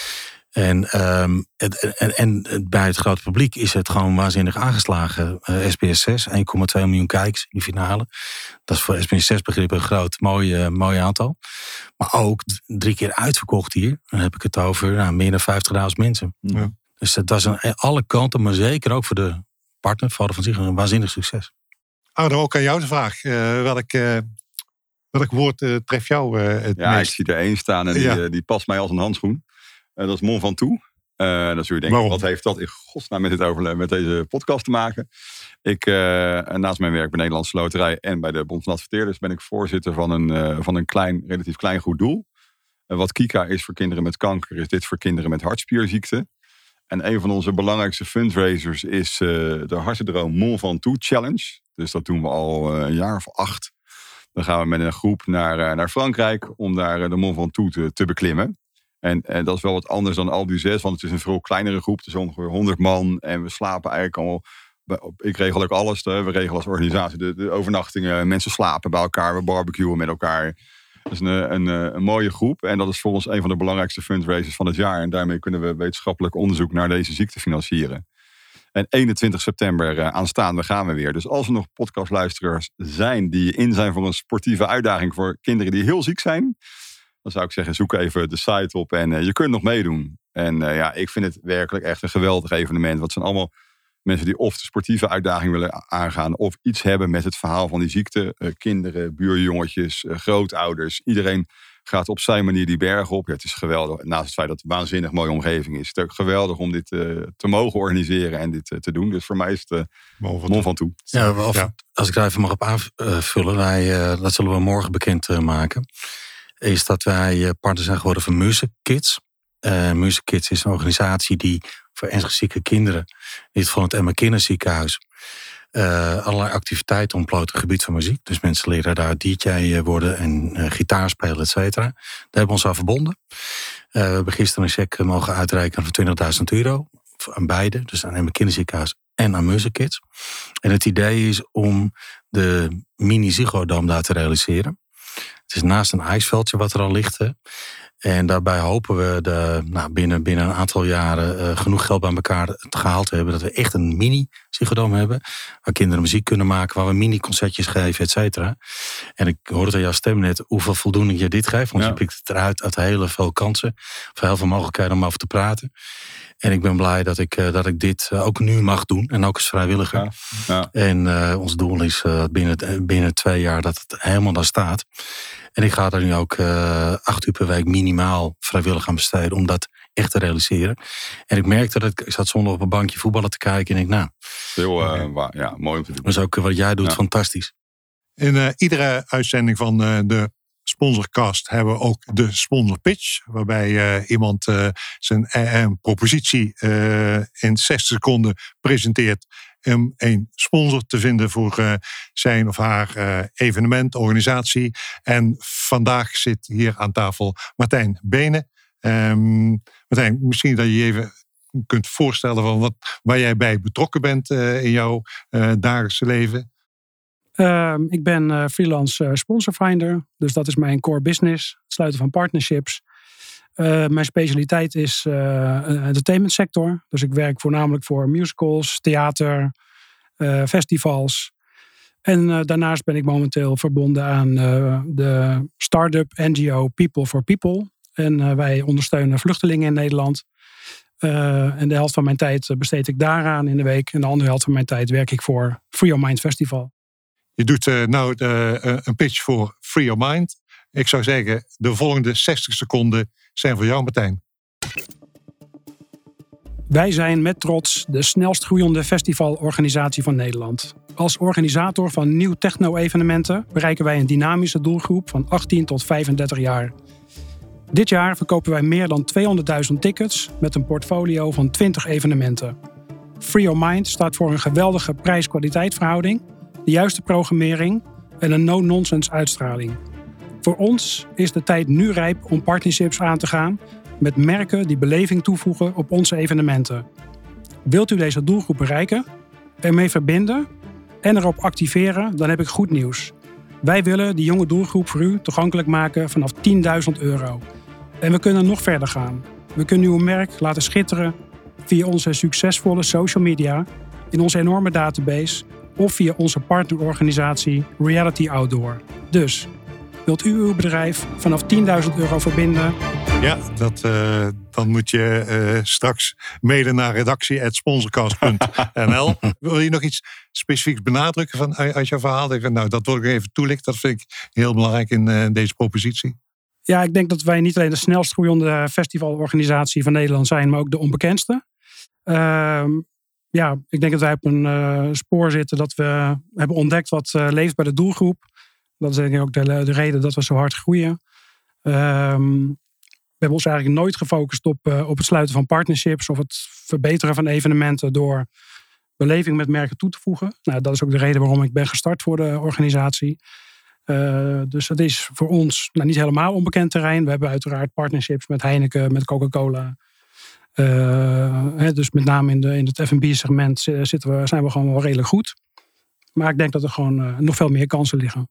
En, um, het, en, en bij het grote publiek is het gewoon waanzinnig aangeslagen. Uh, S B S zes, één komma twee miljoen kijkers in die finale. Dat is voor S B S zes begrippen een groot, mooi, uh, mooi aantal. Maar ook drie keer uitverkocht hier. Dan heb ik het over nou, meer dan vijftigduizend mensen. Ja. Dus dat was aan alle kanten, maar zeker ook voor de partner, Vader van Ziegler, een waanzinnig succes. Arno, ook aan jou de vraag. Uh, welk, uh, welk woord uh, treft jou uh, het ja, meest? Ik zie er één staan en die, ja. uh, die past mij als een handschoen. Uh, dat is Mont Ventoux. Uh, dan zul je denken, wat heeft dat in godsnaam met, dit over, met deze podcast te maken? Ik, uh, naast mijn werk bij Nederlandse Loterij en bij de Bond van Adverteerders ben ik voorzitter van een, uh, van een klein, relatief klein goed doel. Uh, wat Kika is voor kinderen met kanker, is dit voor kinderen met hartspierziekte. En een van onze belangrijkste fundraisers is uh, de Hartendroom Mont Ventoux Challenge. Dus dat doen we al uh, een jaar of acht. Dan gaan we met een groep naar, uh, naar Frankrijk om daar uh, de Mont Ventoux te, te beklimmen. En, en dat is wel wat anders dan Alpe d'Huez, want het is een veel kleinere groep. Het is ongeveer honderd man en we slapen eigenlijk allemaal. Ik regel ook alles. We regelen als organisatie de, de overnachtingen. Mensen slapen bij elkaar, we barbecuen met elkaar. Dat is een, een, een mooie groep en dat is voor ons een van de belangrijkste fundraisers van het jaar. En daarmee kunnen we wetenschappelijk onderzoek naar deze ziekte financieren. En eenentwintig september aanstaande gaan we weer. Dus als er nog podcastluisteraars zijn die in zijn voor een sportieve uitdaging voor kinderen die heel ziek zijn, dan zou ik zeggen, zoek even de site op en uh, je kunt nog meedoen. En uh, ja, ik vind het werkelijk echt een geweldig evenement. Want het zijn allemaal mensen die of de sportieve uitdaging willen aangaan of iets hebben met het verhaal van die ziekte. Uh, kinderen, buurjongetjes, uh, grootouders. Iedereen gaat op zijn manier die berg op. Ja, het is geweldig. Naast het feit dat het een waanzinnig mooie omgeving is. Het is ook geweldig om dit uh, te mogen organiseren en dit uh, te doen. Dus voor mij is het uh, Mont Ventoux. Ja, of, ja, als ik daar even mag op aanvullen. Wij, uh, dat zullen we morgen bekend uh, maken. Is dat wij partner zijn geworden van Music Kids. Uh, Music Kids is een organisatie die voor ernstig zieke kinderen, niet van het Emma Kinderziekenhuis, uh, allerlei activiteiten ontplooit op het gebied van muziek. Dus mensen leren daar D J worden en uh, gitaar spelen, et cetera. Daar hebben we ons aan verbonden. Uh, we hebben gisteren een cheque mogen uitreiken van twintigduizend euro. Aan beide, dus aan Emma Kinderziekenhuis en aan Music Kids. En het idee is om de mini Ziggo Dome daar te realiseren. Het is naast een ijsveldje wat er al ligt. Hè. En daarbij hopen we de, nou, binnen, binnen een aantal jaren uh, genoeg geld bij elkaar gehaald te hebben. Dat we echt een mini Ziggo Dome hebben. Waar kinderen muziek kunnen maken. Waar we mini concertjes geven, et cetera. En ik hoorde aan jouw stem net hoeveel voldoening je dit geeft. Want ja. Je pikt het eruit uit hele veel kansen. Of heel veel mogelijkheden om over te praten. En ik ben blij dat ik, uh, dat ik dit uh, ook nu mag doen. En ook als vrijwilliger. Ja. Ja. En uh, ons doel is uh, binnen, binnen twee jaar dat het helemaal daar staat. En ik ga daar nu ook uh, acht uur per week minimaal vrijwillig aan besteden om dat echt te realiseren. En ik merkte dat ik, ik zat zondag op een bankje voetballen te kijken en ik nou... Heel uh, waar, ja, mooi om te doen. Dus ook wat jij doet, ja. Fantastisch. In uh, iedere uitzending van uh, de Sponsorcast hebben we ook de sponsor pitch. Waarbij uh, iemand uh, zijn uh, propositie uh, in zestig seconden presenteert om een sponsor te vinden voor uh, zijn of haar uh, evenement, organisatie. En vandaag zit hier aan tafel Martijn Benen. Um, Martijn, misschien dat je je even kunt voorstellen van wat, waar jij bij betrokken bent uh, in jouw uh, dagelijkse leven. Uh, ik ben uh, freelance uh, sponsorfinder, dus dat is mijn core business. Het sluiten van partnerships. Uh, mijn specialiteit is uh, de entertainment sector. Dus ik werk voornamelijk voor musicals, theater, uh, festivals. En uh, daarnaast ben ik momenteel verbonden aan uh, de start-up N G O People for People. En uh, wij ondersteunen vluchtelingen in Nederland. Uh, en de helft van mijn tijd besteed ik daaraan in de week. En de andere helft van mijn tijd werk ik voor Free Your Mind Festival. Je doet uh, nou de, uh, een pitch voor Free Your Mind. Ik zou zeggen, de volgende zestig seconden zijn voor jou, Martijn. Wij zijn met trots de snelst groeiende festivalorganisatie van Nederland. Als organisator van nieuw techno-evenementen bereiken wij een dynamische doelgroep van achttien tot vijfendertig jaar. Dit jaar verkopen wij meer dan tweehonderdduizend tickets met een portfolio van twintig evenementen. Free Your Mind staat voor een geweldige prijs-kwaliteit verhouding, de juiste programmering en een no-nonsense uitstraling. Voor ons is de tijd nu rijp om partnerships aan te gaan met merken die beleving toevoegen op onze evenementen. Wilt u deze doelgroep bereiken, ermee verbinden en erop activeren, dan heb ik goed nieuws. Wij willen die jonge doelgroep voor u toegankelijk maken vanaf tienduizend euro. En we kunnen nog verder gaan. We kunnen uw merk laten schitteren via onze succesvolle social media, in onze enorme database of via onze partnerorganisatie Reality Outdoor. Dus, wilt u uw bedrijf vanaf tienduizend euro verbinden? Ja, dat, uh, dan moet je uh, straks mailen naar redactie at sponsorcast punt n l. Wil je nog iets specifieks benadrukken van, uit jouw verhaal? Nou, dat wil ik even toelichten. Dat vind ik heel belangrijk in uh, deze propositie. Ja, ik denk dat wij niet alleen de snelst groeiende festivalorganisatie van Nederland zijn, maar ook de onbekendste. Uh, ja, ik denk dat wij op een uh, spoor zitten dat we hebben ontdekt wat uh, leeft bij de doelgroep. Dat is denk ik ook de, de reden dat we zo hard groeien. Uh, we hebben ons eigenlijk nooit gefocust op, uh, op het sluiten van partnerships of het verbeteren van evenementen door beleving met merken toe te voegen. Nou, dat is ook de reden waarom ik ben gestart voor de organisatie. Uh, dus het is voor ons nou, niet helemaal onbekend terrein. We hebben uiteraard partnerships met Heineken, met Coca-Cola. Uh, hè, dus met name in, de, in het F en B segment zitten we, zijn we gewoon wel redelijk goed. Maar ik denk dat er gewoon uh, nog veel meer kansen liggen.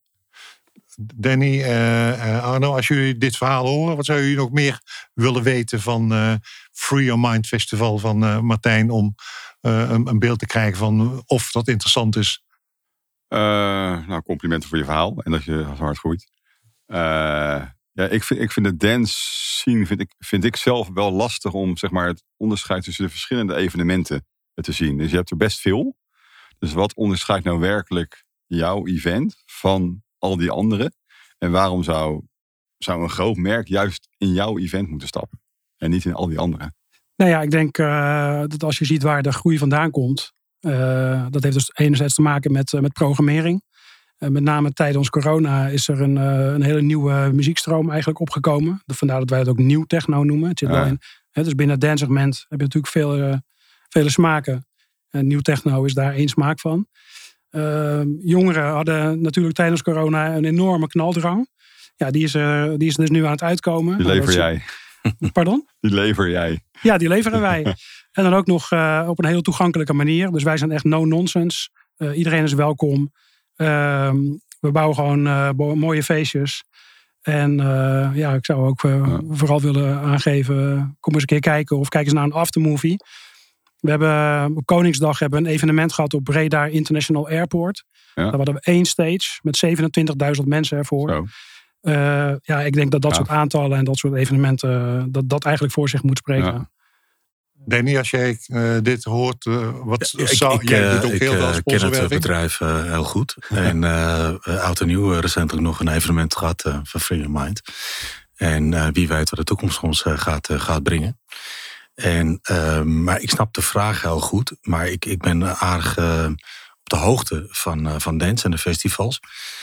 Danny, uh, Arno, als jullie dit verhaal horen, wat zou jullie nog meer willen weten van uh, Free Your Mind Festival van uh, Martijn, om uh, een, een beeld te krijgen van of dat interessant is? Uh, nou, complimenten voor je verhaal en dat je hard groeit. Uh, ja, ik vind, ik vind de dance scene vind ik, vind ik zelf wel lastig om zeg maar, het onderscheid tussen de verschillende evenementen te zien. Dus je hebt er best veel. Dus wat onderscheidt nou werkelijk jouw event van al die anderen? En waarom zou, zou een groot merk juist in jouw event moeten stappen en niet in al die anderen? Nou ja, ik denk uh, dat als je ziet waar de groei vandaan komt, Uh, dat heeft dus enerzijds te maken met, uh, met programmering. Uh, met name tijdens corona is er een, uh, een hele nieuwe muziekstroom eigenlijk opgekomen. Vandaar dat wij het ook nieuw techno noemen. Het zit ja. wel in, hè, dus binnen het dance segment heb je natuurlijk veel, uh, vele smaken. En nieuw techno is daar één smaak van. Uh, jongeren hadden natuurlijk tijdens corona een enorme knaldrang. Ja, die is, uh, die is dus nu aan het uitkomen. Die lever jij. Pardon? Die lever jij. Ja, die leveren wij. En dan ook nog uh, op een heel toegankelijke manier. Dus wij zijn echt no-nonsense. Uh, iedereen is welkom. Uh, we bouwen gewoon uh, mooie feestjes. En uh, ja, ik zou ook uh, ja. vooral willen aangeven, kom eens een keer kijken of kijk eens naar een aftermovie. We hebben op Koningsdag hebben we een evenement gehad op Breda International Airport. Ja. Daar hadden we één stage met zevenentwintigduizend mensen ervoor. Zo. Uh, ja, ik denk dat dat ja. soort aantallen en dat soort evenementen, dat dat eigenlijk voor zich moet spreken. Ja. Danny, als jij uh, dit hoort, uh, wat ja, zou ik, ik, jij doet ook ik, heel veel sponsorwerving? Ik ken het bedrijf uh, heel goed. En uh, oud en nieuw uh, recentelijk nog een evenement gehad uh, van Free Your Mind. En uh, wie weet wat de toekomst ons uh, gaat, uh, gaat brengen. En, uh, maar ik snap de vraag heel goed. Maar ik, ik ben aardig uh, op de hoogte van, uh, van dance en de festivals.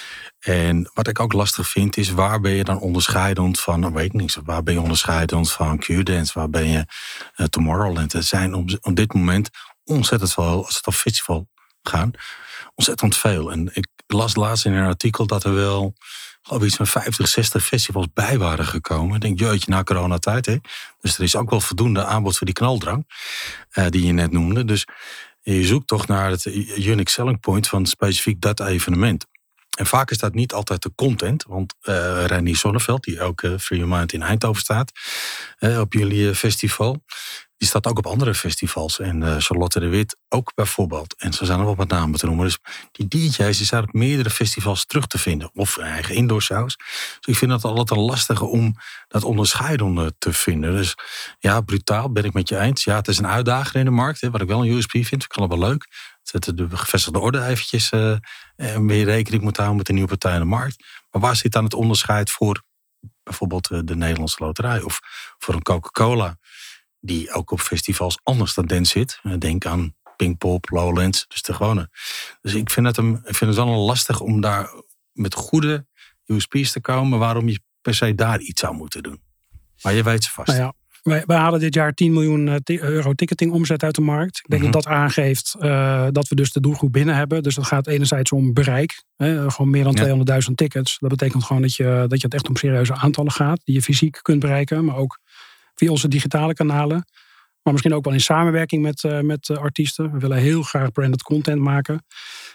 En wat ik ook lastig vind is, waar ben je dan onderscheidend van Awakenings? Waar ben je onderscheidend van Q-Dance? Waar ben je uh, Tomorrowland? Het zijn op, op dit moment ontzettend veel, als het op festival gaan, ontzettend veel. En ik las laatst in een artikel dat er wel geloof iets van vijftig, zestig festivals bij waren gekomen. Ik denk, jeetje, na coronatijd, hè. Dus er is ook wel voldoende aanbod voor die knaldrang, uh, die je net noemde. Dus je zoekt toch naar het unique selling point van specifiek dat evenement. En vaak is dat niet altijd de content. Want uh, Reinier Zonneveld, die ook uh, Free Your Mind in Eindhoven staat, uh, op jullie uh, festival, die staat ook op andere festivals. En uh, Charlotte de Wit ook bijvoorbeeld. En zo zijn er wel wat namen te noemen. Dus die D J's die zijn op meerdere festivals terug te vinden. Of eigen indoor shows. Dus ik vind het altijd lastig om dat onderscheidende te vinden. Dus ja, brutaal ben ik met je eens. Ja, het is een uitdager in de markt. Hè, wat ik wel een U S P vind. Ik vind het wel leuk. Zetten de gevestigde orde eventjes uh, meer rekening moet houden met de nieuwe partij in de markt. Maar waar zit dan het onderscheid voor bijvoorbeeld uh, de Nederlandse Loterij of voor een Coca-Cola, die ook op festivals anders dan dance zit? Uh, denk aan Pinkpop, Lowlands, dus de gewone. Dus ik vind het, een, ik vind het wel lastig om daar met goede U S P's te komen, waarom je per se daar iets zou moeten doen. Maar je weet ze vast. Nou ja. Wij, wij halen dit jaar tien miljoen euro ticketing omzet uit de markt. Ik denk mm-hmm. dat dat aangeeft uh, dat we dus de doelgroep binnen hebben. Dus dat gaat enerzijds om bereik. Hè, gewoon meer dan ja. tweehonderdduizend tickets. Dat betekent gewoon dat je, dat je het echt om serieuze aantallen gaat. Die je fysiek kunt bereiken. Maar ook via onze digitale kanalen. Maar misschien ook wel in samenwerking met, uh, met uh, artiesten. We willen heel graag branded content maken.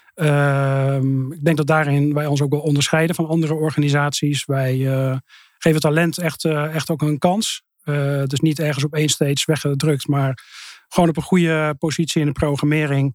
Uh, ik denk dat daarin wij ons ook wel onderscheiden van andere organisaties. Wij uh, geven talent echt, uh, echt ook een kans. Uh, dus niet ergens op één stage weggedrukt, maar gewoon op een goede positie in de programmering.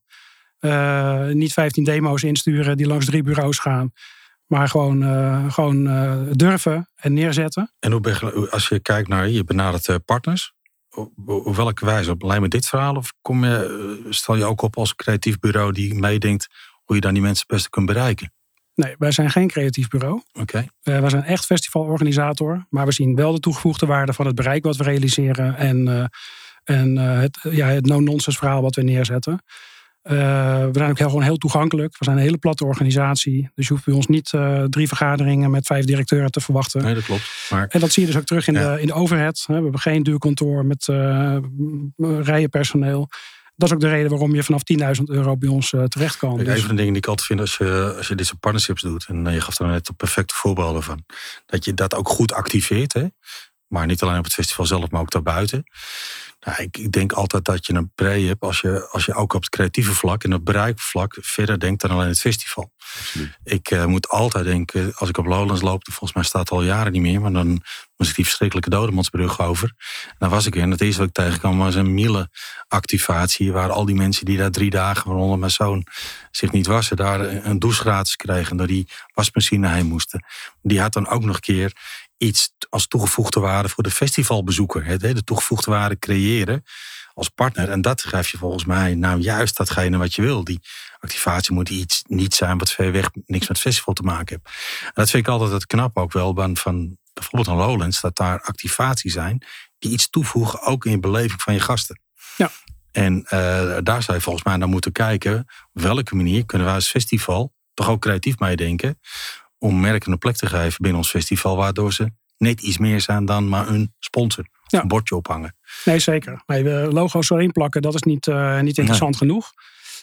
Uh, niet vijftien demo's insturen die langs drie bureaus gaan. Maar gewoon, uh, gewoon uh, durven en neerzetten. En hoe ben je, als je kijkt naar je benadert partners, op welke wijze? Op alleen met dit verhaal? Of kom je, stel je ook op als creatief bureau die meedenkt hoe je dan die mensen het beste kunt bereiken? Nee, wij zijn geen creatief bureau. Okay. Uh, wij zijn echt festivalorganisator. Maar we zien wel de toegevoegde waarde van het bereik wat we realiseren. En, uh, en uh, het, ja, het no-nonsense verhaal wat we neerzetten. Uh, we zijn ook heel, gewoon heel toegankelijk. We zijn een hele platte organisatie. Dus je hoeft bij ons niet uh, drie vergaderingen met vijf directeuren te verwachten. Nee, dat klopt. Maar... En dat zie je dus ook terug in, ja. de, in de overhead. We hebben geen duurkantoor met uh, rijen personeel. Dat is ook de reden waarom je vanaf tienduizend euro bij ons uh, terecht kan. Kijk, dus... Een van de dingen die ik altijd vind als je, als je dit soort partnerships doet. En je gaf er net een perfecte voorbeelden van. Dat je dat ook goed activeert. Hè? Maar niet alleen op het festival zelf, maar ook daarbuiten. Nou, ik, ik denk altijd dat je een pre hebt als je, als je ook op het creatieve vlak en op het bereikvlak verder denkt dan alleen het festival. Absoluut. Ik uh, moet altijd denken, als ik op Lowlands loop, volgens mij staat het al jaren niet meer, maar dan was ik die verschrikkelijke Dodemansbrug over. En dan was ik er. En het eerste wat ik tegenkwam was een Miele-activatie, waar al die mensen die daar drie dagen, waaronder mijn zoon, zich niet wassen, daar een douche gratis kregen, door die wasmachine heen moesten. Die had dan ook nog een keer iets als toegevoegde waarde voor de festivalbezoeker. De toegevoegde waarde creëren als partner. En dat geef je volgens mij nou juist datgene wat je wil. Die activatie moet iets niet zijn wat ver weg niks met het festival te maken heeft. En dat vind ik altijd het knap ook wel van, van bijvoorbeeld aan Lowlands, dat daar activaties zijn die iets toevoegen ook in je beleving van je gasten. Ja. En uh, daar zou je volgens mij naar moeten kijken op welke manier kunnen wij als festival toch ook creatief meedenken om merken een plek te geven binnen ons festival, waardoor ze net iets meer zijn dan maar een sponsor. Ja. Een bordje ophangen. Nee, zeker. Nee, logo's erin plakken, dat is niet, uh, niet interessant nee. genoeg.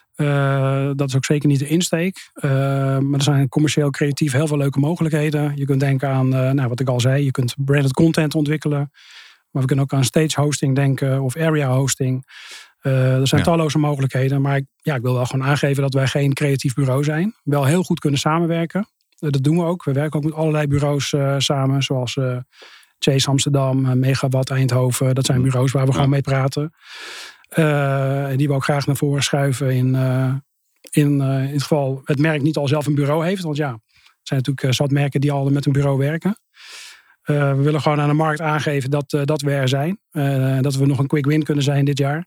Uh, dat is ook zeker niet de insteek. Uh, maar er zijn commercieel creatief heel veel leuke mogelijkheden. Je kunt denken aan, uh, nou, wat ik al zei, je kunt branded content ontwikkelen. Maar we kunnen ook aan stage hosting denken of area hosting. Uh, er zijn ja. talloze mogelijkheden. Maar ik, ja, ik wil wel gewoon aangeven dat wij geen creatief bureau zijn. Wel heel goed kunnen samenwerken. Dat doen we ook. We werken ook met allerlei bureaus uh, samen. Zoals uh, Chase Amsterdam, uh, Megawatt Eindhoven. Dat zijn bureaus waar we ja. gewoon mee praten. Uh, die we ook graag naar voren schuiven. In, uh, in, uh, in het geval het merk niet al zelf een bureau heeft. Want ja, er zijn natuurlijk uh, zat merken die al met een bureau werken. Uh, we willen gewoon aan de markt aangeven dat, uh, dat we er zijn. Uh, dat we nog een quick win kunnen zijn dit jaar.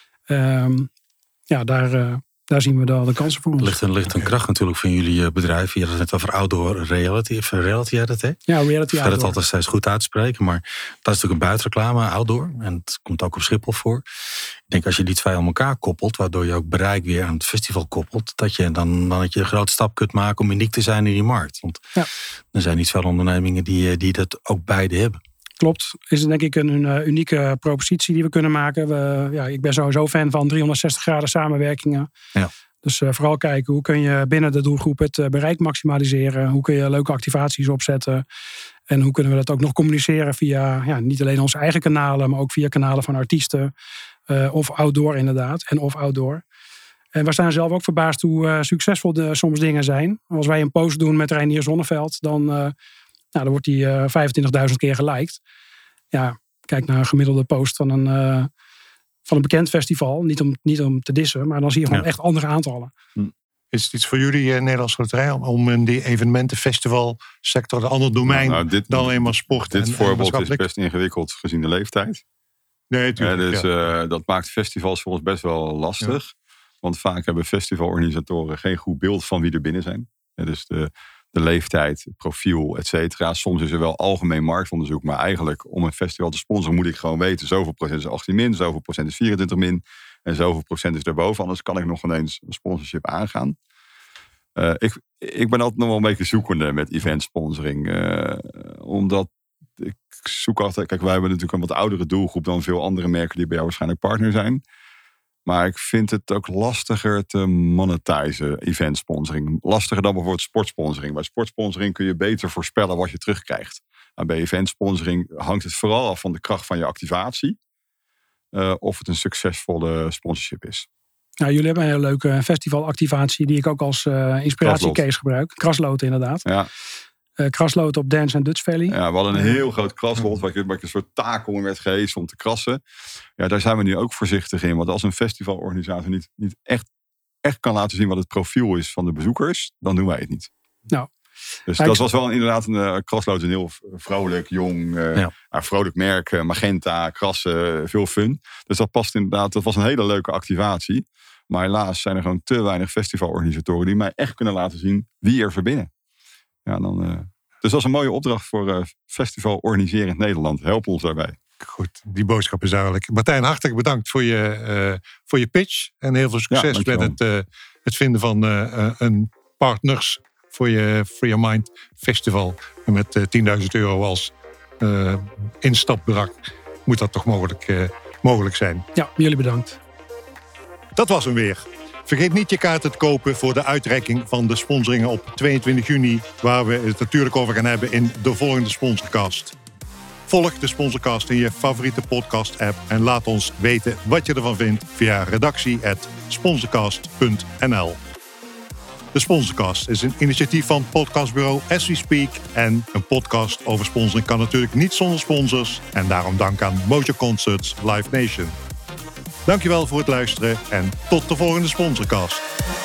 Uh, ja, daar... Uh, Daar zien we de, de kansen voor ons. Er ligt een, ligt een kracht natuurlijk van jullie bedrijf. Je had het net over outdoor reality. Of reality had het, hè? Ja, reality Ik ga het altijd steeds goed uitspreken. Maar dat is natuurlijk een buitenreclame, outdoor. En het komt ook op Schiphol voor. Ik denk als je die twee aan elkaar koppelt, waardoor je ook bereik weer aan het festival koppelt, dat je dan, dan dat je een grote stap kunt maken om uniek te zijn in die markt. Want ja. er zijn niet veel ondernemingen die, die dat ook beide hebben. Klopt. Is het denk ik een, een unieke propositie die we kunnen maken. We, ja, ik ben sowieso fan van driehonderdzestig graden samenwerkingen. Ja. Dus uh, vooral kijken hoe kun je binnen de doelgroep het uh, bereik maximaliseren. Hoe kun je leuke activaties opzetten. En hoe kunnen we dat ook nog communiceren via ja, niet alleen onze eigen kanalen, maar ook via kanalen van artiesten. Uh, of outdoor inderdaad. En of outdoor. En we staan zelf ook verbaasd hoe uh, succesvol de, soms dingen zijn. Als wij een post doen met Reinier Zonneveld, dan... Uh, Nou, dan wordt die uh, vijfentwintigduizend keer geliked. Ja, kijk naar een gemiddelde post van een, uh, van een bekend festival. Niet om, niet om te dissen, maar dan zie je gewoon ja. echt andere aantallen. Is het iets voor jullie, uh, Nederlandse Loterij, om in die evenementen, festivalsector, de andere domein nou, nou, dit, dan alleen maar sport? Dit en, voorbeeld en is best ingewikkeld gezien de leeftijd. Nee, natuurlijk. Uh, dus ja. uh, dat maakt festivals voor ons best wel lastig. Ja. Want vaak hebben festivalorganisatoren geen goed beeld van wie er binnen zijn. Ja, dus de... De leeftijd, het profiel, et cetera. Soms is er wel algemeen marktonderzoek. Maar eigenlijk om een festival te sponsoren moet ik gewoon weten. Zoveel procent is achttien min, zoveel procent is vierentwintig min. En zoveel procent is daarboven. Anders kan ik nog ineens een sponsorship aangaan. Uh, ik, ik ben altijd nog wel een beetje zoekende met event sponsoring. Uh, omdat ik zoek altijd... Kijk, wij hebben natuurlijk een wat oudere doelgroep dan veel andere merken die bij jou waarschijnlijk partner zijn. Maar ik vind het ook lastiger te monetizen, event sponsoring. Lastiger dan bijvoorbeeld sportsponsoring. Bij sportsponsoring kun je beter voorspellen wat je terugkrijgt. En bij event sponsoring hangt het vooral af van de kracht van je activatie. Uh, of het een succesvolle sponsorship is. Nou, jullie hebben een hele leuke festivalactivatie die ik ook als uh, inspiratiecase gebruik. Kraslood inderdaad. Ja. Uh, kraslood op Dance and Dutch Valley. Ja, we hadden een heel groot kraslot waar ik een soort takel in werd gehezen om te krassen. Ja, daar zijn we nu ook voorzichtig in. Want als een festivalorganisator niet, niet echt, echt kan laten zien wat het profiel is van de bezoekers, dan doen wij het niet. Nou, dus dat was wel inderdaad een uh, kraslood, een heel vrolijk, jong, uh, ja. uh, vrolijk merk, uh, magenta, krassen, uh, veel fun. Dus dat past inderdaad, dat was een hele leuke activatie. Maar helaas zijn er gewoon te weinig festivalorganisatoren die mij echt kunnen laten zien wie er verbinnen. Ja, dan, uh, dus dat is een mooie opdracht voor uh, Festival Organiserend Nederland. Help ons daarbij. Goed, die boodschap is duidelijk. Martijn, hartelijk bedankt voor je, uh, voor je pitch. En heel veel succes ja, met het, uh, het vinden van uh, een partners voor je Free Your Mind Festival. En met uh, tienduizend euro als uh, instapbedrag moet dat toch mogelijk, uh, mogelijk zijn. Ja, jullie bedankt. Dat was hem weer. Vergeet niet je kaarten te kopen voor de uitreiking van de sponsoringen op tweeëntwintig juni... waar we het natuurlijk over gaan hebben in de volgende Sponsorcast. Volg de Sponsorcast in je favoriete podcast-app... en laat ons weten wat je ervan vindt via redactie at sponsorcast punt n l. De Sponsorcast is een initiatief van podcastbureau As We Speak... en een podcast over sponsoring kan natuurlijk niet zonder sponsors... en daarom dank aan Mojo Concerts Live Nation. Dankjewel voor het luisteren en tot de volgende Sponsorcast.